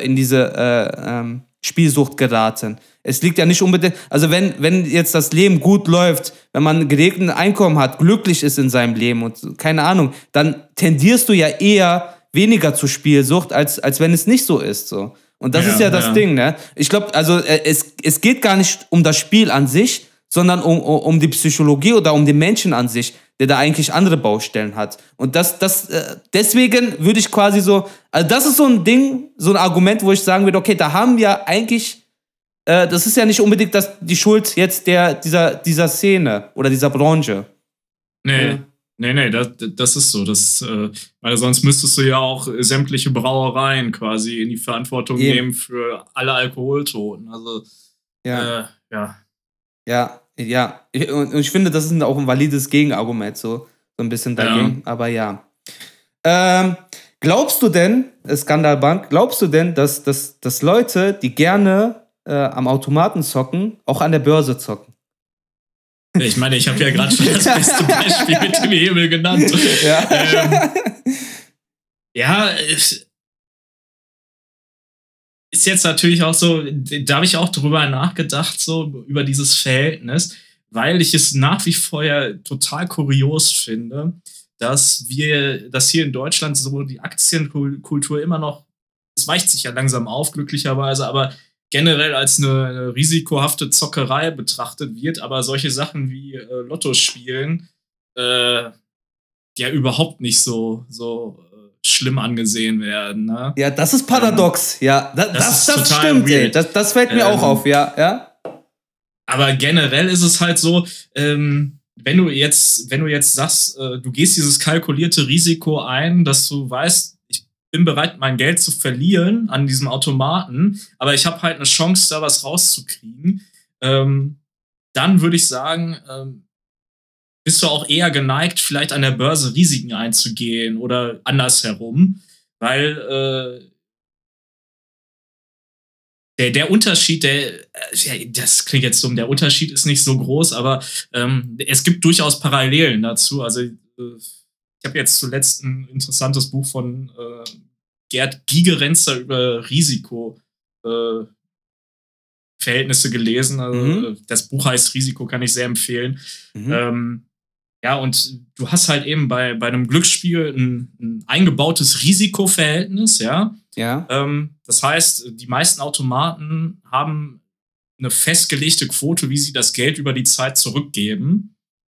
diese Spielsucht geraten. Es liegt ja nicht unbedingt, also wenn jetzt das Leben gut läuft, wenn man ein geregeltes Einkommen hat, glücklich ist in seinem Leben und keine Ahnung, dann tendierst du ja eher weniger zur Spielsucht, als wenn es nicht so ist. So. Und das ist ja das Ding, ne? Ich glaube, also es geht gar nicht um das Spiel an sich, sondern um die Psychologie oder um den Menschen an sich, der da eigentlich andere Baustellen hat. Und deswegen würde ich quasi so, also das ist so ein Ding, so ein Argument, wo ich sagen würde, okay, da haben wir eigentlich, das ist ja nicht unbedingt die Schuld jetzt dieser Szene oder dieser Branche. Nee, das ist so. Weil sonst müsstest du ja auch sämtliche Brauereien quasi in die Verantwortung nehmen für alle Alkoholtoten. Also, Ja. Und ich finde, das ist auch ein valides Gegenargument, so ein bisschen dagegen. Aber ja. Glaubst du denn, Skandalbank, dass Leute, die gerne am Automaten zocken, auch an der Börse zocken? Ich meine, ich habe ja gerade schon das beste Beispiel mit dem Hebel genannt. Ist jetzt natürlich auch so, da habe ich auch drüber nachgedacht, so über dieses Verhältnis, weil ich es nach wie vor ja total kurios finde, dass hier in Deutschland so die Aktienkultur immer noch, es weicht sich ja langsam auf, glücklicherweise, aber generell als eine risikohafte Zockerei betrachtet wird, aber solche Sachen wie Lotto spielen ja überhaupt nicht so schlimm angesehen werden. Ne? Ja, das ist paradox. Ja, das stimmt, ey. Das fällt mir auch auf, ja. Aber generell ist es halt so, wenn du jetzt sagst, du gehst dieses kalkulierte Risiko ein, dass du weißt, ich bin bereit, mein Geld zu verlieren an diesem Automaten, aber ich habe halt eine Chance, da was rauszukriegen, dann würde ich sagen, bist du auch eher geneigt, vielleicht an der Börse Risiken einzugehen oder andersherum, weil der Unterschied, das klingt jetzt dumm, der Unterschied ist nicht so groß, aber es gibt durchaus Parallelen dazu. Also ich habe jetzt zuletzt ein interessantes Buch von Gerd Gigerenzer über Risikoverhältnisse gelesen. Also, das Buch heißt Risiko, kann ich sehr empfehlen. Ja, und du hast halt eben bei einem Glücksspiel ein eingebautes Risikoverhältnis, ja. Ja. Das heißt, die meisten Automaten haben eine festgelegte Quote, wie sie das Geld über die Zeit zurückgeben.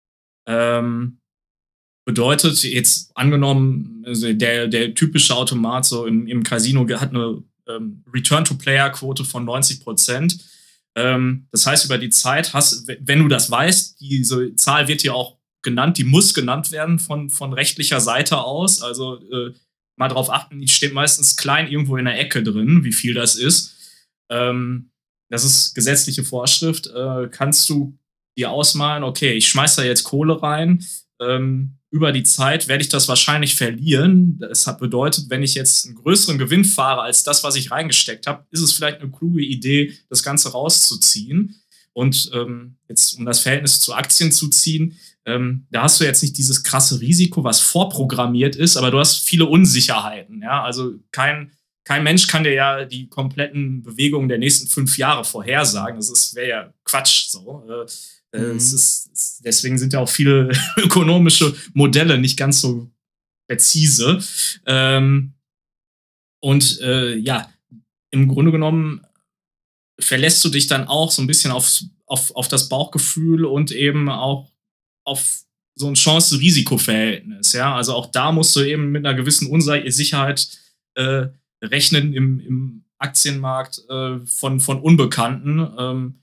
Bedeutet jetzt angenommen, also der typische Automat so im Casino hat eine Return-to-Player-Quote von 90%. Das heißt, über die Zeit wenn du das weißt, diese Zahl wird dir auch genannt, die muss genannt werden von rechtlicher Seite aus. Also mal drauf achten, die steht meistens klein irgendwo in der Ecke drin, wie viel das ist. Das ist gesetzliche Vorschrift. Kannst du dir ausmalen, okay, ich schmeiß da jetzt Kohle rein, über die Zeit werde ich das wahrscheinlich verlieren. Das bedeutet, wenn ich jetzt einen größeren Gewinn fahre als das, was ich reingesteckt habe, ist es vielleicht eine kluge Idee, das Ganze rauszuziehen. Und jetzt, um das Verhältnis zu Aktien zu ziehen, da hast du jetzt nicht dieses krasse Risiko, was vorprogrammiert ist, aber du hast viele Unsicherheiten. Ja? Also kein Mensch kann dir ja die kompletten Bewegungen der nächsten 5 Jahre vorhersagen. Wäre ja Quatsch so. Deswegen sind ja auch viele ökonomische Modelle nicht ganz so präzise. Ja, im Grunde genommen verlässt du dich dann auch so ein bisschen auf das Bauchgefühl und eben auch auf so ein Chance-Risiko-Verhältnis. Ja? Also auch da musst du eben mit einer gewissen Unsicherheit rechnen im Aktienmarkt von Unbekannten.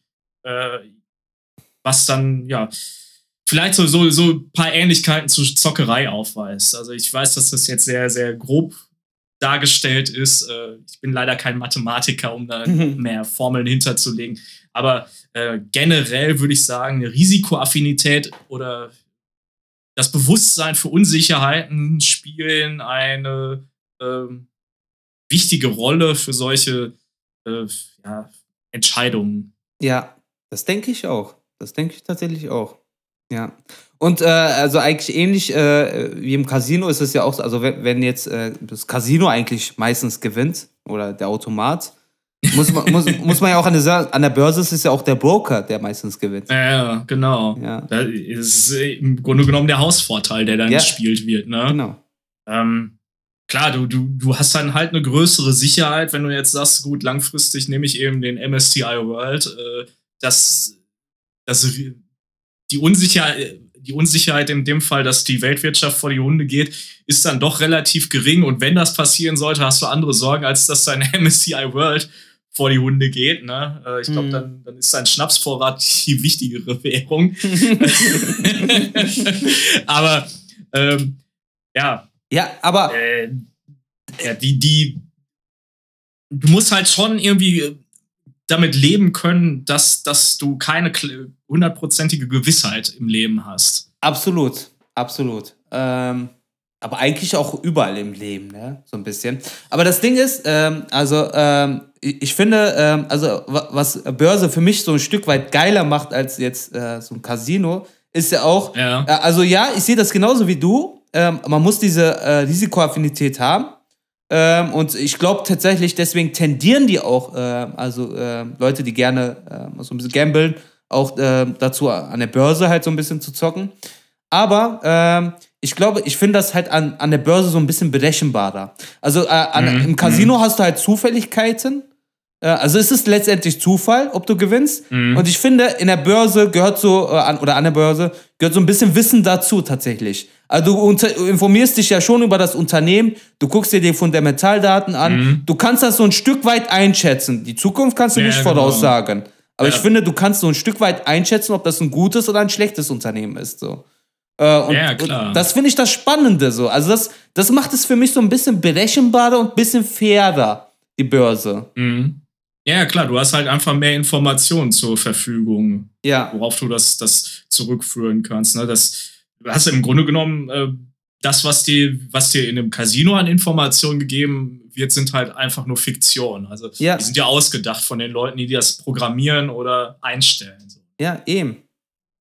Was dann, ja, vielleicht so ein paar Ähnlichkeiten zur Zockerei aufweist. Also ich weiß, dass das jetzt sehr, sehr grob dargestellt ist. Ich bin leider kein Mathematiker, um da mehr Formeln hinterzulegen. Aber generell würde ich sagen, eine Risikoaffinität oder das Bewusstsein für Unsicherheiten spielen eine wichtige Rolle für solche Entscheidungen. Ja, das denke ich auch. Das denke ich tatsächlich auch. Ja. Und also eigentlich ähnlich wie im Casino ist es ja auch so, also wenn jetzt das Casino eigentlich meistens gewinnt oder der Automat, muss man ja auch an der Börse ist es ja auch der Broker, der meistens gewinnt. Ja, genau. Ja. Das ist im Grunde genommen der Hausvorteil, der dann gespielt wird. Ne? Genau. Klar, du hast dann halt eine größere Sicherheit, wenn du jetzt sagst, gut, langfristig nehme ich eben den MSCI World, die Unsicherheit in dem Fall, dass die Weltwirtschaft vor die Hunde geht, ist dann doch relativ gering. Und wenn das passieren sollte, hast du andere Sorgen, als dass dein MSCI World vor die Hunde geht. Ne? Ich glaube, dann ist dein Schnapsvorrat die wichtigere Währung. Aber ja. Ja, aber du musst halt schon irgendwie damit leben können, dass du keine 100%ige Gewissheit im Leben hast. Absolut. Aber eigentlich auch überall im Leben, ne? So ein bisschen. Aber das Ding ist, ich finde, was Börse für mich so ein Stück weit geiler macht als jetzt so ein Casino, ist ja auch, ich sehe das genauso wie du. Man muss diese Risikoaffinität haben. Und ich glaube tatsächlich, deswegen tendieren die auch, Leute, die gerne so ein bisschen gambeln, auch dazu an der Börse halt so ein bisschen zu zocken. Aber ich glaube, ich finde das halt an der Börse so ein bisschen berechenbarer. Also im Casino hast du halt Zufälligkeiten. Also es ist letztendlich Zufall, ob du gewinnst. Und ich finde, in der Börse gehört so, an der Börse gehört so ein bisschen Wissen dazu tatsächlich. Also du informierst dich ja schon über das Unternehmen, du guckst dir die Fundamentaldaten an, du kannst das so ein Stück weit einschätzen. Die Zukunft kannst du nicht voraussagen. Aber ich finde, du kannst so ein Stück weit einschätzen, ob das ein gutes oder ein schlechtes Unternehmen ist. So. Und das finde ich das Spannende. So. Also das macht es für mich so ein bisschen berechenbarer und ein bisschen fairer, die Börse. Ja, klar, du hast halt einfach mehr Informationen zur Verfügung, worauf du das zurückführen kannst. Ne? Du hast im Grunde genommen das, was dir in einem Casino an Informationen gegeben wird, sind halt einfach nur Fiktion. Also die sind ja ausgedacht von den Leuten, die das programmieren oder einstellen. So. Ja, eben.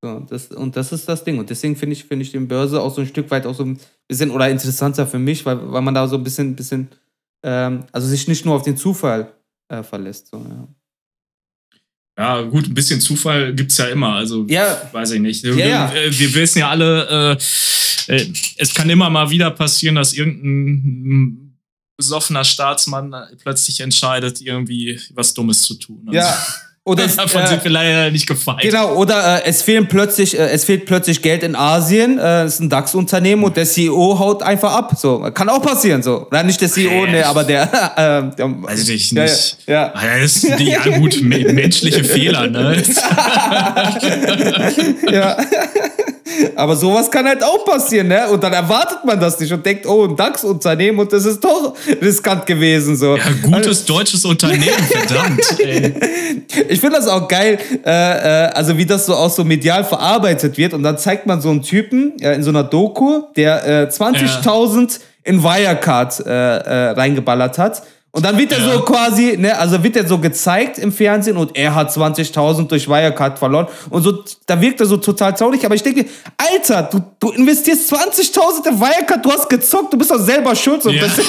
So, das ist das Ding. Und deswegen finde ich die Börse auch so ein Stück weit auch so ein bisschen oder interessanter für mich, weil man da so ein bisschen also sich nicht nur auf den Zufall verlässt. So, ja. Ja, gut, ein bisschen Zufall gibt's ja immer. Also, weiß ich nicht. Ja. Wir wissen ja alle, es kann immer mal wieder passieren, dass irgendein besoffener Staatsmann plötzlich entscheidet, irgendwie was Dummes zu tun. Also, Ja. Oder davon sind wir leider nicht gefeit. Genau, oder es fehlt plötzlich Geld in Asien, es ist ein DAX-Unternehmen und der CEO haut einfach ab. So, kann auch passieren, so. Oder nicht der CEO, ne, aber der weiß ich nicht. Ja. Das ist gut, menschliche Fehler, ne? Ja. Aber sowas kann halt auch passieren, ne? Und dann erwartet man das nicht und denkt, oh, ein DAX-Unternehmen und das ist doch riskant gewesen, so. Ja, gutes deutsches Unternehmen, verdammt, ey. Ich finde das auch geil, also wie das so auch so medial verarbeitet wird und dann zeigt man so einen Typen in so einer Doku, der 20.000 in Wirecard reingeballert hat. Und dann wird er so quasi, ne, also wird er so gezeigt im Fernsehen und er hat 20.000 durch Wirecard verloren. Und so, da wirkt er so total traurig. Aber ich denke, Alter, du investierst 20.000 in Wirecard, du hast gezockt, du bist doch selber schuld. So. Ja. Weißt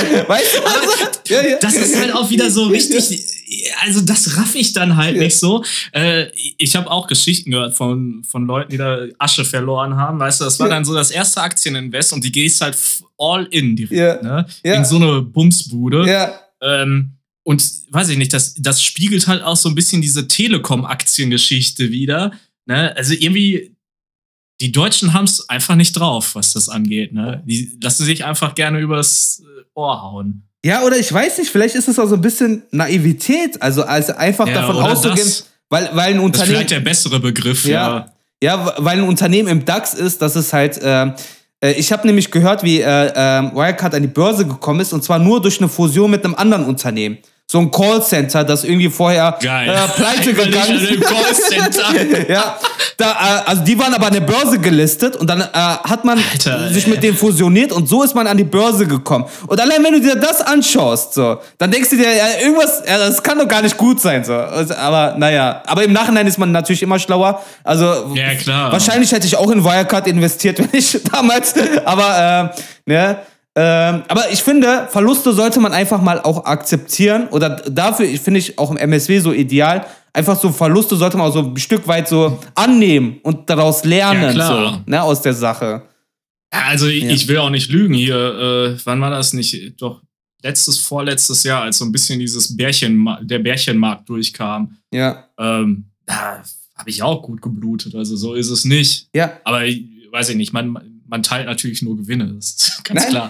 du? Ja. Das ist halt auch wieder so richtig, also das raff ich dann halt nicht so. Ich habe auch Geschichten gehört von Leuten, die da Asche verloren haben. Weißt du, das war dann so das erste Aktieninvest und die gehst halt all in direkt, ne? In so eine Bumsbude. Ja. Und weiß ich nicht, das spiegelt halt auch so ein bisschen diese Telekom-Aktiengeschichte wieder. Ne? Also irgendwie, die Deutschen haben es einfach nicht drauf, was das angeht. Ne? Die lassen sich einfach gerne übers Ohr hauen. Ja, oder ich weiß nicht, vielleicht ist es auch so ein bisschen Naivität, also einfach davon auszugehen, weil ein Unternehmen... Das ist vielleicht der bessere Begriff, ja. Ja, weil ein Unternehmen im DAX ist, das ist halt... ich habe nämlich gehört, wie Wirecard an die Börse gekommen ist, und zwar nur durch eine Fusion mit einem anderen Unternehmen. So ein Callcenter, das irgendwie vorher pleite gegangen ist. Callcenter. Ja, also die waren aber an der Börse gelistet und dann hat man sich mit denen fusioniert und so ist man an die Börse gekommen. Und allein wenn du dir das anschaust, so, dann denkst du dir, irgendwas, das kann doch gar nicht gut sein. So. Aber naja, aber im Nachhinein ist man natürlich immer schlauer. Also ja, klar. Wahrscheinlich hätte ich auch in Wirecard investiert, wenn ich damals, aber ne. Aber ich finde, Verluste sollte man einfach mal auch akzeptieren. Oder dafür finde ich auch im MSW so ideal. Einfach so Verluste sollte man auch so ein Stück weit so annehmen und daraus lernen, ja, klar. So, ne, aus der Sache. Ja, also ich will auch nicht lügen hier. Wann war das nicht? Doch vorletztes Jahr, als so ein bisschen der Bärchenmarkt durchkam. Ja. Da habe ich auch gut geblutet. Also so ist es nicht. Ja. Aber weiß ich nicht, man teilt natürlich nur Gewinne, das ist ganz klar.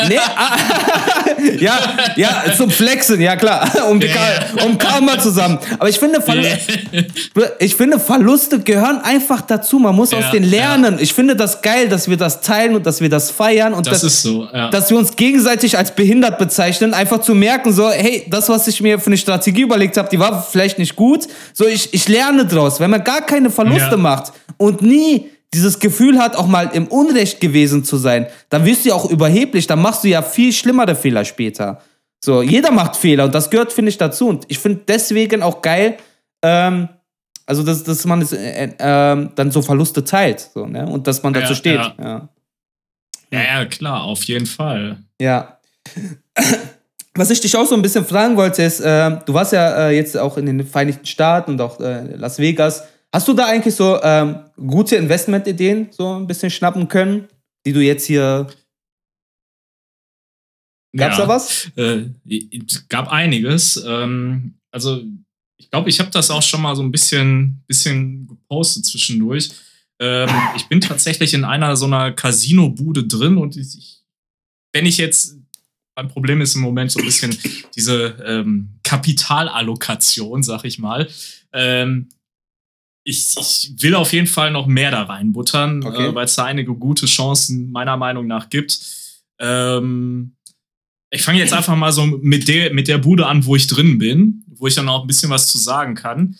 Ja, zum Flexen, ja klar, um Karma zusammen. Aber ich finde, Verluste gehören einfach dazu, man muss aus denen lernen. Ich finde das geil, dass wir das teilen und dass wir das feiern und das ist so, dass wir uns gegenseitig als behindert bezeichnen, einfach zu merken, so, hey, das, was ich mir für eine Strategie überlegt habe, die war vielleicht nicht gut, so, ich lerne draus. Wenn man gar keine Verluste macht und nie dieses Gefühl hat, auch mal im Unrecht gewesen zu sein, dann wirst du ja auch überheblich, dann machst du ja viel schlimmere Fehler später. So, jeder macht Fehler und das gehört, finde ich, dazu. Und ich finde deswegen auch geil, also dass man dann so Verluste teilt, so, ne? Und dass man dazu steht. Ja, klar, auf jeden Fall. Ja. Was ich dich auch so ein bisschen fragen wollte, ist, du warst ja jetzt auch in den Vereinigten Staaten und auch Las Vegas. Hast du da eigentlich so gute Investmentideen so ein bisschen schnappen können, die du jetzt hier... Gab's da was? Es gab einiges. Also ich glaube, ich habe das auch schon mal so ein bisschen gepostet zwischendurch. Ich bin tatsächlich in einer so einer Casino-Bude drin und wenn ich jetzt... Mein Problem ist im Moment so ein bisschen diese Kapitalallokation, sag ich mal. Ich will auf jeden Fall noch mehr da reinbuttern, weil es da einige gute Chancen meiner Meinung nach gibt. Ich fange jetzt einfach mal so mit der Bude an, wo ich drin bin, wo ich dann auch ein bisschen was zu sagen kann.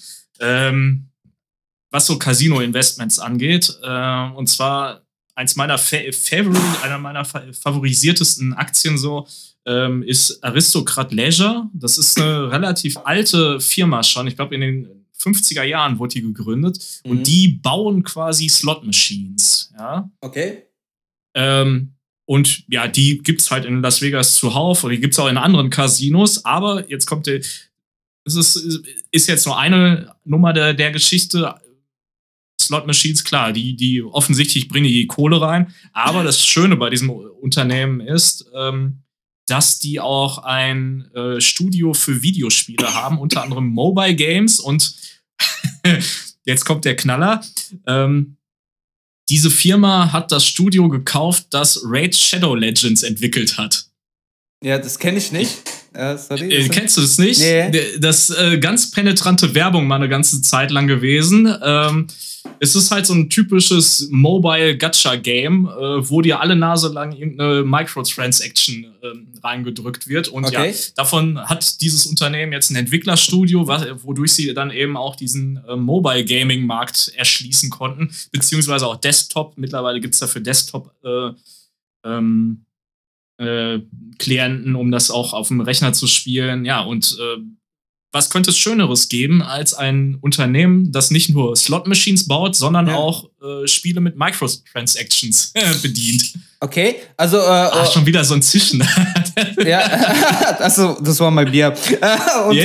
Was so Casino-Investments angeht. Und zwar einer meiner favorisiertesten Aktien so ist Aristocrat Leisure. Das ist eine relativ alte Firma schon. Ich glaube, in den 50er Jahren wurde die gegründet und die bauen quasi Slot-Machines, ja. Okay. Und ja, die gibt's halt in Las Vegas zuhauf oder die gibt's auch in anderen Casinos, aber jetzt kommt es ist jetzt nur eine Nummer der Geschichte. Slot-Machines, klar, die offensichtlich bringen die Kohle rein, aber das Schöne bei diesem Unternehmen ist, dass die auch ein Studio für Videospiele haben, unter anderem Mobile Games und jetzt kommt der Knaller. Diese Firma hat das Studio gekauft, das Raid Shadow Legends entwickelt hat. Ja, das kenne ich nicht. Sorry. Kennst du das nicht? Nee. Das ganz penetrante Werbung mal eine ganze Zeit lang gewesen. Es ist halt so ein typisches Mobile-Gacha-Game, wo dir alle Nase lang irgendeine Microtransaction reingedrückt wird. Und ja, davon hat dieses Unternehmen jetzt ein Entwicklerstudio, wodurch sie dann eben auch diesen Mobile-Gaming-Markt erschließen konnten, beziehungsweise auch Desktop. Mittlerweile gibt es dafür Desktop Klienten, um das auch auf dem Rechner zu spielen. Ja, und was könnte es Schöneres geben als ein Unternehmen, das nicht nur Slot-Machines baut, sondern auch Spiele mit Microtransactions bedient. Okay, also schon wieder so ein Zischen. Ja, also das war mein Bier. Und,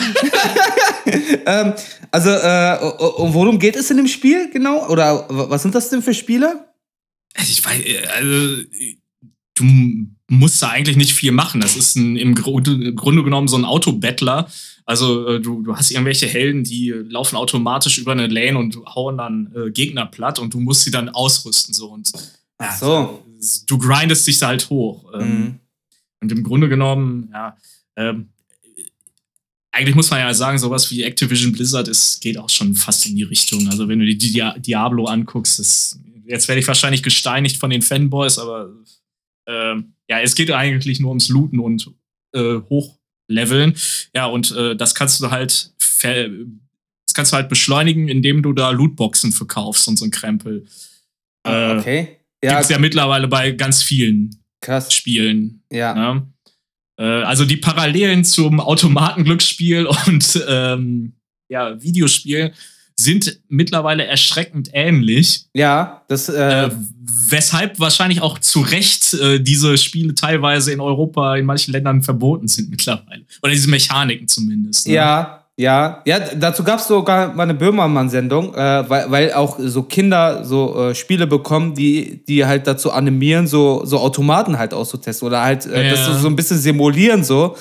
also, worum geht es in dem Spiel genau? Oder was sind das denn für Spiele? Ich weiß, also du musst da eigentlich nicht viel machen. Das ist im Grunde genommen so ein Autobattler. Also du hast irgendwelche Helden, die laufen automatisch über eine Lane und hauen dann Gegner platt und du musst sie dann ausrüsten. So. Und ach so. Du grindest dich da halt hoch. Und im Grunde genommen, ja, eigentlich muss man ja sagen, sowas wie Activision Blizzard geht auch schon fast in die Richtung. Also wenn du die Diablo anguckst, jetzt werde ich wahrscheinlich gesteinigt von den Fanboys, aber ja, es geht eigentlich nur ums Looten und Hochleveln. Ja, und das kannst du halt beschleunigen, indem du da Lootboxen verkaufst und so ein Krempel. Okay. Ja. Gibt's ja mittlerweile bei ganz vielen Spielen. Ja. Ne? Also die Parallelen zum Automatenglücksspiel und Videospiel sind mittlerweile erschreckend ähnlich. Ja, das weshalb wahrscheinlich auch zu Recht diese Spiele teilweise in Europa in manchen Ländern verboten sind mittlerweile. Oder diese Mechaniken zumindest. Ne? Ja, dazu gab es sogar mal eine Böhmermann-Sendung, weil auch so Kinder so Spiele bekommen, die halt dazu animieren, so Automaten halt auszutesten oder halt das so ein bisschen simulieren so.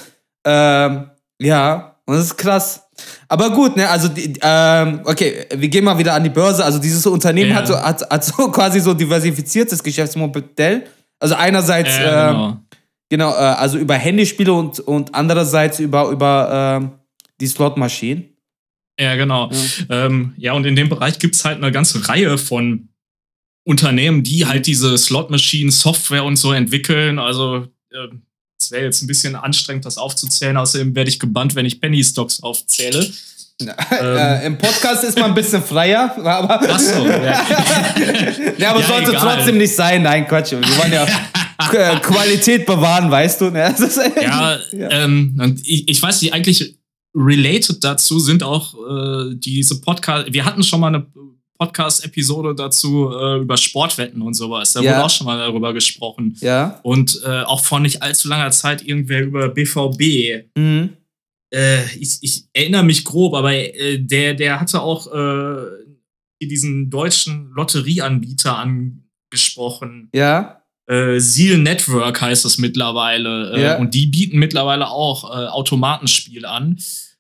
Ja, und das ist krass. Aber gut, ne, also okay, wir gehen mal wieder an die Börse. Also dieses Unternehmen hat so quasi so diversifiziertes Geschäftsmodell. Also einerseits genau, also über Handyspiele und andererseits über die Slotmaschinen. Ja, genau. Ja. Und in dem Bereich gibt es halt eine ganze Reihe von Unternehmen, die halt diese Slotmaschinen, Software und so entwickeln. Also es wäre jetzt ein bisschen anstrengend, das aufzuzählen. Außerdem werde ich gebannt, wenn ich Penny Stocks aufzähle. Im Podcast ist man ein bisschen freier, aber. Ach so, ja. Ja, aber sollte trotzdem nicht sein. Nein, Quatsch. Wir wollen ja Qualität bewahren, weißt du? Und ich weiß nicht, eigentlich related dazu sind auch diese Podcast. Wir hatten schon mal eine Podcast-Episode dazu über Sportwetten und sowas. Da wurde auch schon mal darüber gesprochen. Ja. Und auch vor nicht allzu langer Zeit irgendwer über BVB. Mhm. Ich erinnere mich grob, aber der hatte auch diesen deutschen Lotterieanbieter angesprochen. Ja. Seal Network heißt das mittlerweile. Und die bieten mittlerweile auch Automatenspiel an.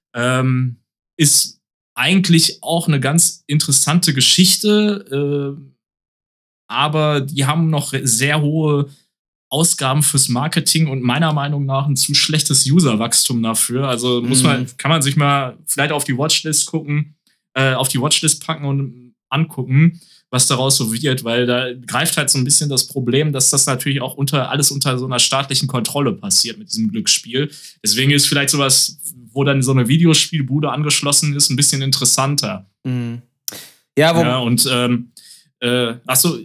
Ist eigentlich auch eine ganz interessante Geschichte, aber die haben noch sehr hohe Ausgaben fürs Marketing und meiner Meinung nach ein zu schlechtes Userwachstum dafür. Also kann man sich mal vielleicht auf die Watchlist packen und angucken, was daraus so wird, weil da greift halt so ein bisschen das Problem, dass das natürlich auch alles unter so einer staatlichen Kontrolle passiert mit diesem Glücksspiel. Deswegen ist vielleicht sowas, wo dann so eine Videospielbude angeschlossen ist, ein bisschen interessanter. Mhm. Achso,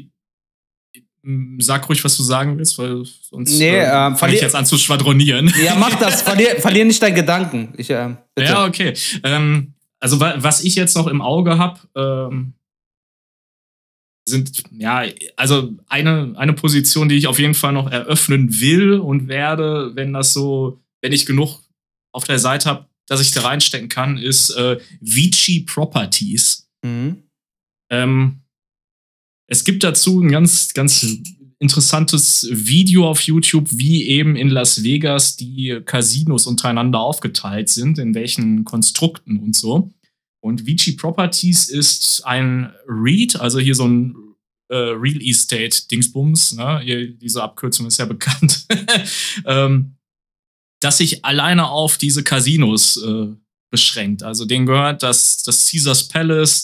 sag ruhig, was du sagen willst, weil sonst fange ich jetzt an zu schwadronieren. Ja, mach das. Verlier nicht deinen Gedanken. Bitte. Ja, okay. also was ich jetzt noch im Auge habe, sind, ja, also eine Position, die ich auf jeden Fall noch eröffnen will und werde, wenn ich genug auf der Seite habe, dass ich da reinstecken kann, ist Vici Properties. Mhm. Es gibt dazu ein ganz, ganz interessantes Video auf YouTube, wie eben in Las Vegas die Casinos untereinander aufgeteilt sind, in welchen Konstrukten und so. Und Vici Properties ist ein REIT, also hier so ein Real Estate Dingsbums, ne? Diese Abkürzung ist ja bekannt, das sich alleine auf diese Casinos beschränkt. Also denen gehört das Caesars Palace,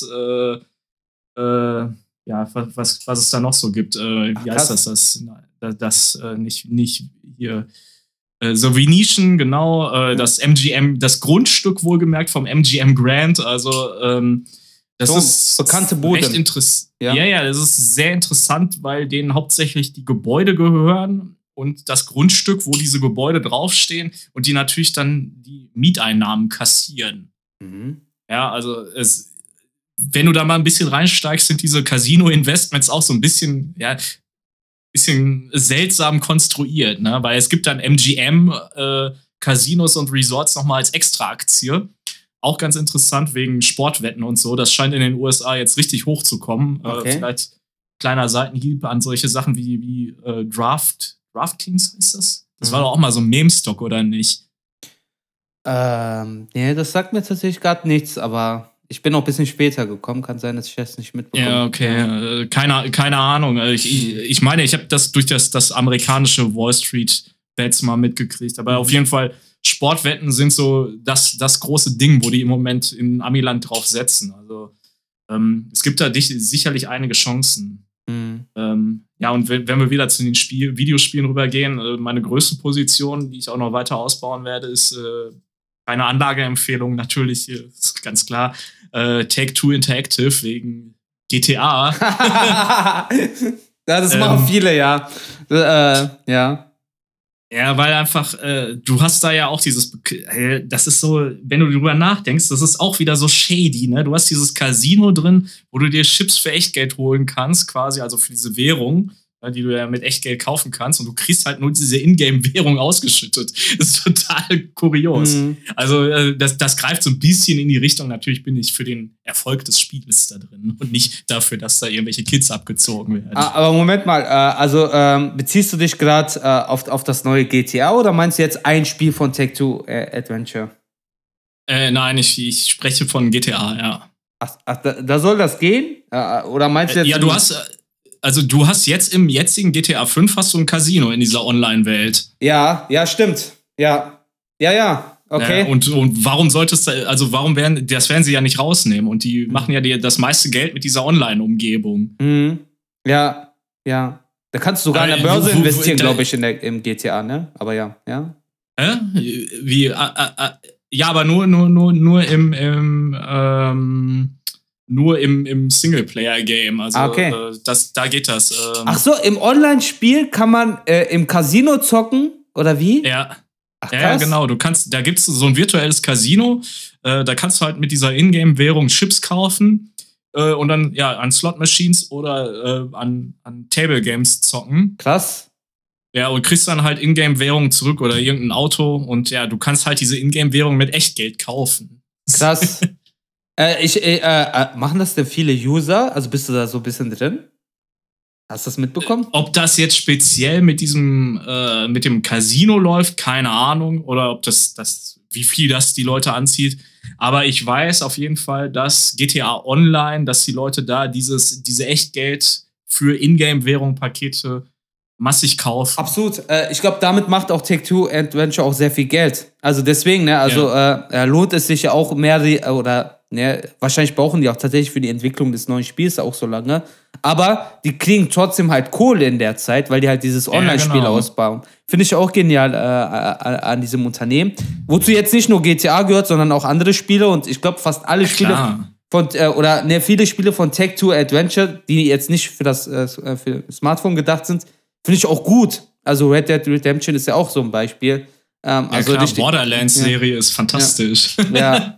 was es da noch so gibt. Wie heißt das? Nicht hier. So Venetian, genau, das MGM, das Grundstück wohlgemerkt vom MGM Grand, also das so ist bekannte Bude. Echt interessant. Ja, das ist sehr interessant, weil denen hauptsächlich die Gebäude gehören und das Grundstück, wo diese Gebäude draufstehen und die natürlich dann die Mieteinnahmen kassieren. Mhm. Ja, also wenn du da mal ein bisschen reinsteigst, sind diese Casino-Investments auch so ein bisschen, seltsam konstruiert, ne? Weil es gibt dann MGM, Casinos und Resorts nochmal als Extra-Aktie. Auch ganz interessant wegen Sportwetten und so. Das scheint in den USA jetzt richtig hochzukommen. Okay. Vielleicht kleiner Seitenhieb an solche Sachen wie DraftKings ist das? Das war doch auch mal so ein Meme-Stock, oder nicht? Nee, das sagt mir tatsächlich gerade nichts, aber ich bin auch ein bisschen später gekommen. Kann sein, dass ich das nicht mitbekomme. Ja, okay. Keine Ahnung. Ich meine, ich habe das durch das amerikanische Wall Street Bets mal mitgekriegt. Aber auf jeden Fall, Sportwetten sind so das große Ding, wo die im Moment in Amiland drauf setzen. Also es gibt da sicherlich einige Chancen. Mhm. Und wenn wir wieder zu den Videospielen rübergehen, meine größte Position, die ich auch noch weiter ausbauen werde, ist keine Anlageempfehlung, natürlich, ist ganz klar, Take-Two Interactive wegen GTA. Das machen viele, ja. Ja. Ja, weil einfach, du hast da ja auch das ist so, wenn du drüber nachdenkst, das ist auch wieder so shady, ne? Du hast dieses Casino drin, wo du dir Chips für Echtgeld holen kannst, quasi, also für diese Währung, die du ja mit Echtgeld kaufen kannst, und du kriegst halt nur diese Ingame-Währung ausgeschüttet. Das ist total kurios. Mhm. Also das greift so ein bisschen in die Richtung, natürlich bin ich für den Erfolg des Spieles da drin und nicht dafür, dass da irgendwelche Kids abgezogen werden. Aber Moment mal, beziehst du dich gerade auf das neue GTA oder meinst du jetzt ein Spiel von Take-Two Adventure? Nein, ich spreche von GTA, ja. Ach, da soll das gehen? Oder meinst du jetzt... Du hast jetzt im jetzigen GTA 5 hast du ein Casino in dieser Online-Welt. Ja, stimmt. Ja, okay. Und warum das werden sie ja nicht rausnehmen, und die machen ja das meiste Geld mit dieser Online-Umgebung. Mhm. Ja. Da kannst du sogar an der Börse investieren, glaube ich, im GTA, ne? Aber ja. Wie? Ja, aber nur im Singleplayer-Game. Also okay. Da geht das. Ach so, im Online-Spiel kann man im Casino zocken, oder wie? Ja. Ach, ja, genau. Da gibt's so ein virtuelles Casino. Da kannst du halt mit dieser Ingame-Währung Chips kaufen und dann an Slot-Machines oder an Table-Games zocken. Krass. Ja, und kriegst dann halt Ingame-Währung zurück oder irgendein Auto, und du kannst halt diese Ingame-Währung mit Echtgeld kaufen. Krass. Machen das denn viele User? Also bist du da so ein bisschen drin? Hast du das mitbekommen? Ob das jetzt speziell mit dem Casino läuft, keine Ahnung. Oder ob wie viel das die Leute anzieht. Aber ich weiß auf jeden Fall, dass GTA Online, dass die Leute da diese Echtgeld für Ingame-Währung-Pakete massig kaufen. Absolut. Ich glaube, damit macht auch Take-Two Adventure auch sehr viel Geld. Also deswegen, ne, lohnt es sich ja auch mehr, wahrscheinlich brauchen die auch tatsächlich für die Entwicklung des neuen Spiels auch so lange. Aber die kriegen trotzdem halt Kohle in der Zeit, weil die halt dieses Online-Spiel ausbauen. Finde ich auch genial an diesem Unternehmen. Wozu jetzt nicht nur GTA gehört, sondern auch andere Spiele. Und ich glaube, fast alle Spiele viele Spiele von Take-Two Adventure, die jetzt nicht für das für Smartphone gedacht sind, finde ich auch gut. Also Red Dead Redemption ist ja auch so ein Beispiel. Die Borderlands-Serie ist fantastisch. Ja.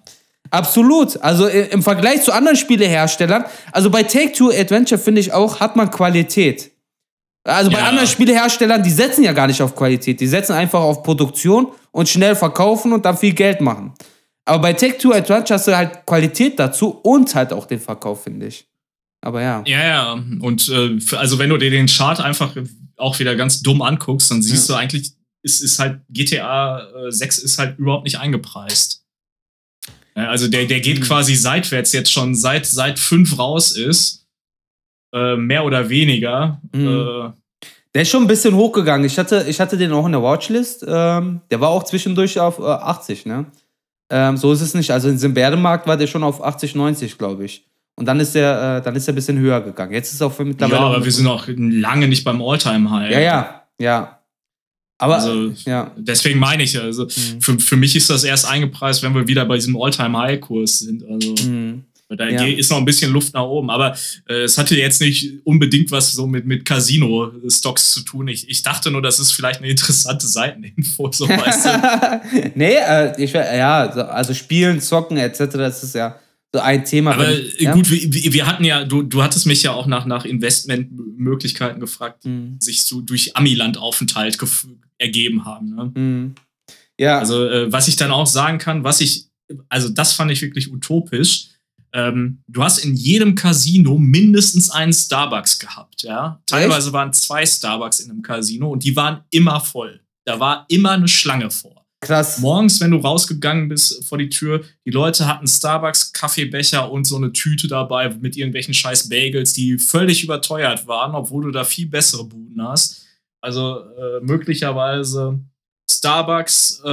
Absolut. Also im Vergleich zu anderen Spieleherstellern, also bei Take-Two Adventure finde ich auch, hat man Qualität. Also bei anderen Spieleherstellern, die setzen ja gar nicht auf Qualität. Die setzen einfach auf Produktion und schnell verkaufen und dann viel Geld machen. Aber bei Take-Two Adventure hast du halt Qualität dazu und halt auch den Verkauf, finde ich. Aber ja. Ja. Und also wenn du dir den Chart einfach auch wieder ganz dumm anguckst, dann siehst du eigentlich, ist halt GTA 6 ist halt überhaupt nicht eingepreist. Also der geht quasi seitwärts jetzt schon seit 5 raus ist. Mehr oder weniger. Der ist schon ein bisschen hochgegangen. Ich hatte den auch in der Watchlist. Der war auch zwischendurch auf 80, ne? So ist es nicht. Also in Simberdemarkt war der schon auf 80, 90, glaube ich. Und dann ist der ein bisschen höher gegangen. Jetzt ist es auch mittlerweile. Ja, aber wir sind auch lange nicht beim All-Time-High. Ja. Aber also, deswegen meine ich, also für mich ist das erst eingepreist, wenn wir wieder bei diesem All-Time-High-Kurs sind. Also da ist noch ein bisschen Luft nach oben. Aber es hatte jetzt nicht unbedingt was so mit Casino-Stocks zu tun. Ich dachte nur, das ist vielleicht eine interessante Seiteninfo, so weißt du. Nee, also Spielen, Zocken etc., das ist ja so ein Thema. Aber gut, wir hatten ja, du hattest mich ja auch nach Investmentmöglichkeiten gefragt, sich so durch Amiland-Aufenthalt ergeben haben. Ne? Ja. Also, was ich dann auch sagen kann, also das fand ich wirklich utopisch. Du hast in jedem Casino mindestens einen Starbucks gehabt, ja. Teilweise waren 2 Starbucks in einem Casino und die waren immer voll. Da war immer eine Schlange vor. Krass. Morgens, wenn du rausgegangen bist vor die Tür, die Leute hatten Starbucks, Kaffeebecher und so eine Tüte dabei mit irgendwelchen scheiß Bagels, die völlig überteuert waren, obwohl du da viel bessere Buden hast. Also möglicherweise Starbucks,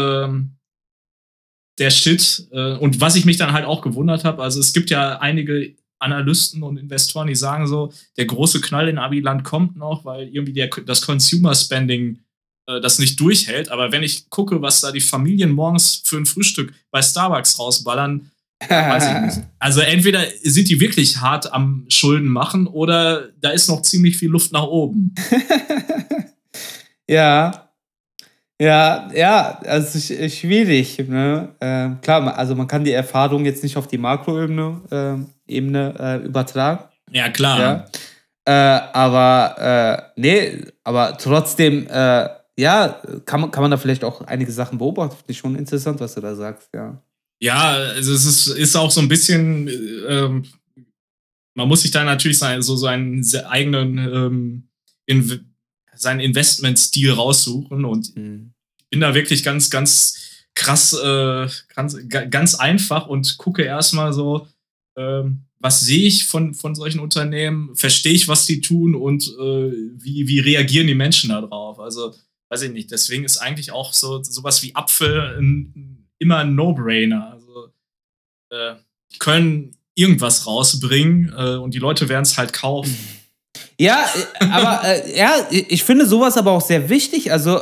der Shit. Und was ich mich dann halt auch gewundert habe, also es gibt ja einige Analysten und Investoren, die sagen so, der große Knall in Amiland kommt noch, weil irgendwie das Consumer Spending das nicht durchhält. Aber wenn ich gucke, was da die Familien morgens für ein Frühstück bei Starbucks rausballern, weiß ich nicht. Also entweder sind die wirklich hart am Schulden machen oder da ist noch ziemlich viel Luft nach oben. Ja, also schwierig. Ne? Klar, also man kann die Erfahrung jetzt nicht auf die Makroebene übertragen. Ja, klar. Ja. Aber trotzdem, kann man da vielleicht auch einige Sachen beobachten. Finde ich schon interessant, was du da sagst, ja. Ja, also es ist auch so ein bisschen, man muss sich da natürlich seinen eigenen seinen Investmentstil raussuchen und ich bin da wirklich ganz, ganz krass, ganz einfach und gucke erstmal so, was sehe ich von solchen Unternehmen, verstehe ich, was die tun und wie reagieren die Menschen da drauf. Also, weiß ich nicht, deswegen ist eigentlich auch sowas wie Apfel immer ein No-Brainer. Also, die können irgendwas rausbringen und die Leute werden es halt kaufen. Ja, aber ich finde sowas aber auch sehr wichtig. Also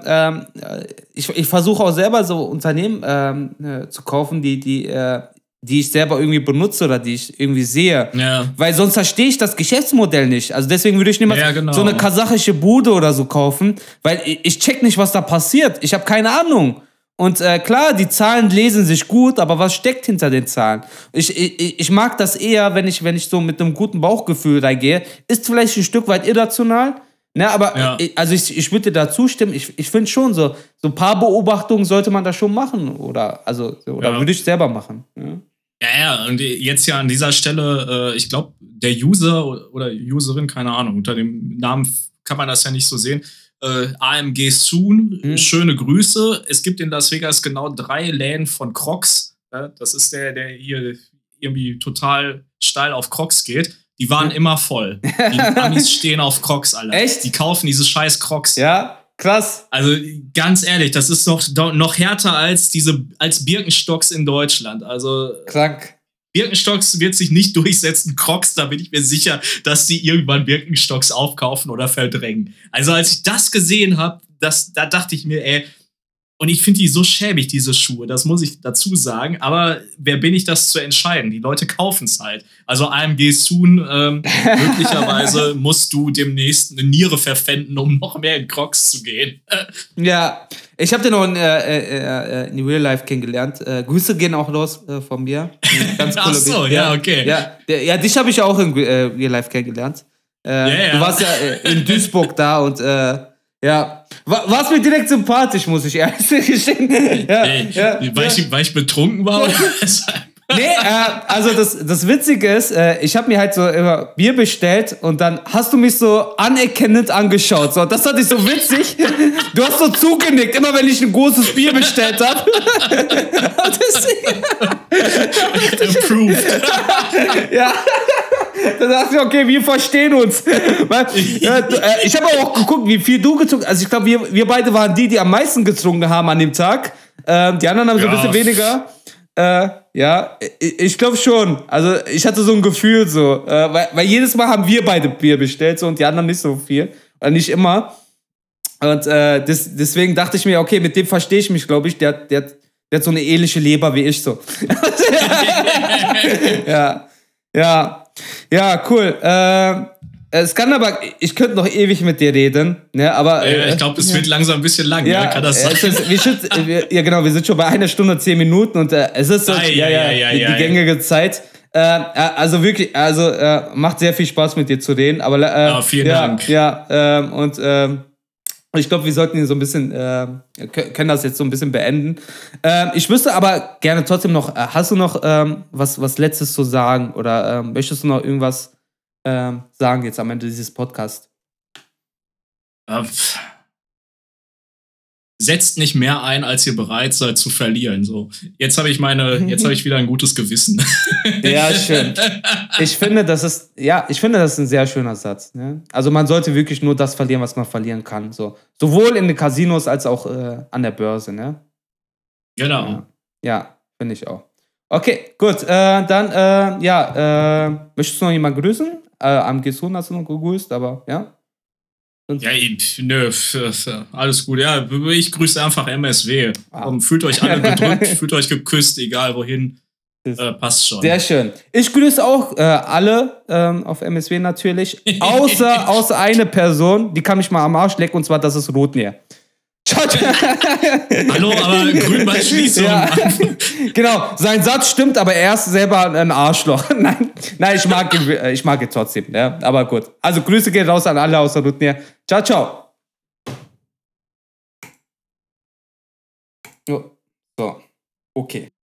ich versuche auch selber so Unternehmen zu kaufen, die ich selber irgendwie benutze oder die ich irgendwie sehe. Ja. Weil sonst verstehe ich das Geschäftsmodell nicht. Also deswegen würde ich niemals so eine kasachische Bude oder so kaufen, weil ich check nicht, was da passiert. Ich habe keine Ahnung. Und klar, die Zahlen lesen sich gut, aber was steckt hinter den Zahlen? Ich mag das eher, wenn ich so mit einem guten Bauchgefühl reingehe. Ist vielleicht ein Stück weit irrational, ne? Aber ich würde dir da zustimmen. Ich finde schon, so ein paar Beobachtungen sollte man da schon machen. Oder würde ich selber machen. Ja? Ja, und jetzt ja an dieser Stelle, ich glaube, der User oder Userin, keine Ahnung, unter dem Namen kann man das ja nicht so sehen, AMG Soon, schöne Grüße. Es gibt in Las Vegas genau 3 Läden von Crocs. Ja, das ist der hier irgendwie total steil auf Crocs geht. Die waren immer voll. Die Amis stehen auf Crocs, Alter. Echt? Die kaufen diese scheiß Crocs. Ja, krass. Also ganz ehrlich, das ist noch härter als Birkenstocks in Deutschland. Also krank. Birkenstocks wird sich nicht durchsetzen. Crocs, da bin ich mir sicher, dass die irgendwann Birkenstocks aufkaufen oder verdrängen. Also als ich das gesehen habe, da dachte ich mir, Und ich finde die so schäbig, diese Schuhe, das muss ich dazu sagen. Aber wer bin ich, das zu entscheiden? Die Leute kaufen es halt. Also AMG Soon, möglicherweise musst du demnächst eine Niere verpfänden, um noch mehr in Crocs zu gehen. Ja, ich habe den noch in Real Life kennengelernt. Grüße gehen auch los von mir. Ganz coole Ach so, ja, okay. Ja, dich habe ich auch in Real Life kennengelernt. Du warst ja in Duisburg da und ja, warst mir direkt sympathisch, muss ich ehrlich gestehen. Weil ich betrunken war? Oder? Nee, also das Witzige ist, ich habe mir halt so immer Bier bestellt und dann hast du mich so anerkennend angeschaut. So, das fand ich so witzig. Du hast so zugenickt, immer wenn ich ein großes Bier bestellt habe. Approved. Ja. Da dachte ich, okay, wir verstehen uns. Ich habe auch geguckt, wie viel du getrunken hast. Also ich glaube, wir beide waren die am meisten getrunken haben an dem Tag. Die anderen haben so ein bisschen weniger. Ja, ich glaube schon. Also ich hatte so ein Gefühl so. Weil jedes Mal haben wir beide Bier bestellt so, und die anderen nicht so viel. Oder nicht immer. Und deswegen dachte ich mir, okay, mit dem verstehe ich mich, glaube ich. Der hat so eine ähnliche Leber wie ich so. Ja, cool. Es kann aber, ich könnte noch ewig mit dir reden, ne, aber... ich glaube, es wird langsam ein bisschen lang, ja, kann das sein? Wir sind schon bei 1 Stunde 10 Minuten und es ist so die gängige Zeit. Also wirklich, macht sehr viel Spaß mit dir zu reden, aber... vielen Dank. Ja, und ich glaube, wir sollten ihn so ein bisschen, können das jetzt so ein bisschen beenden. Ich wüsste aber gerne trotzdem noch, hast du noch was Letztes zu sagen oder möchtest du noch irgendwas sagen jetzt am Ende dieses Podcasts? Setzt nicht mehr ein, als ihr bereit seid zu verlieren. So, jetzt habe ich wieder ein gutes Gewissen. Ja, schön. Ich finde, das ist ein sehr schöner Satz. Ne? Also man sollte wirklich nur das verlieren, was man verlieren kann. So. Sowohl in den Casinos als auch an der Börse. Ne? Genau. Ja, finde ich auch. Okay, gut. Dann, möchtest du noch jemanden grüßen? AMG Soon hast du noch gegrüßt, aber ja. Ja, alles gut. Ja, ich grüße einfach MSW. Fühlt euch alle gedrückt, fühlt euch geküsst, egal wohin. Passt schon. Sehr schön. Ich grüße auch alle auf MSW natürlich. Außer eine Person, die kann mich mal am Arsch lecken, und zwar das ist Rotnir. Hallo, aber Grünwaldschließung. Ja. Genau, sein Satz stimmt, aber er ist selber ein Arschloch. Nein, ich mag ihn trotzdem. Ja? Aber gut. Also Grüße gehen raus an alle außer Rutnir. Ciao, ciao. So, okay.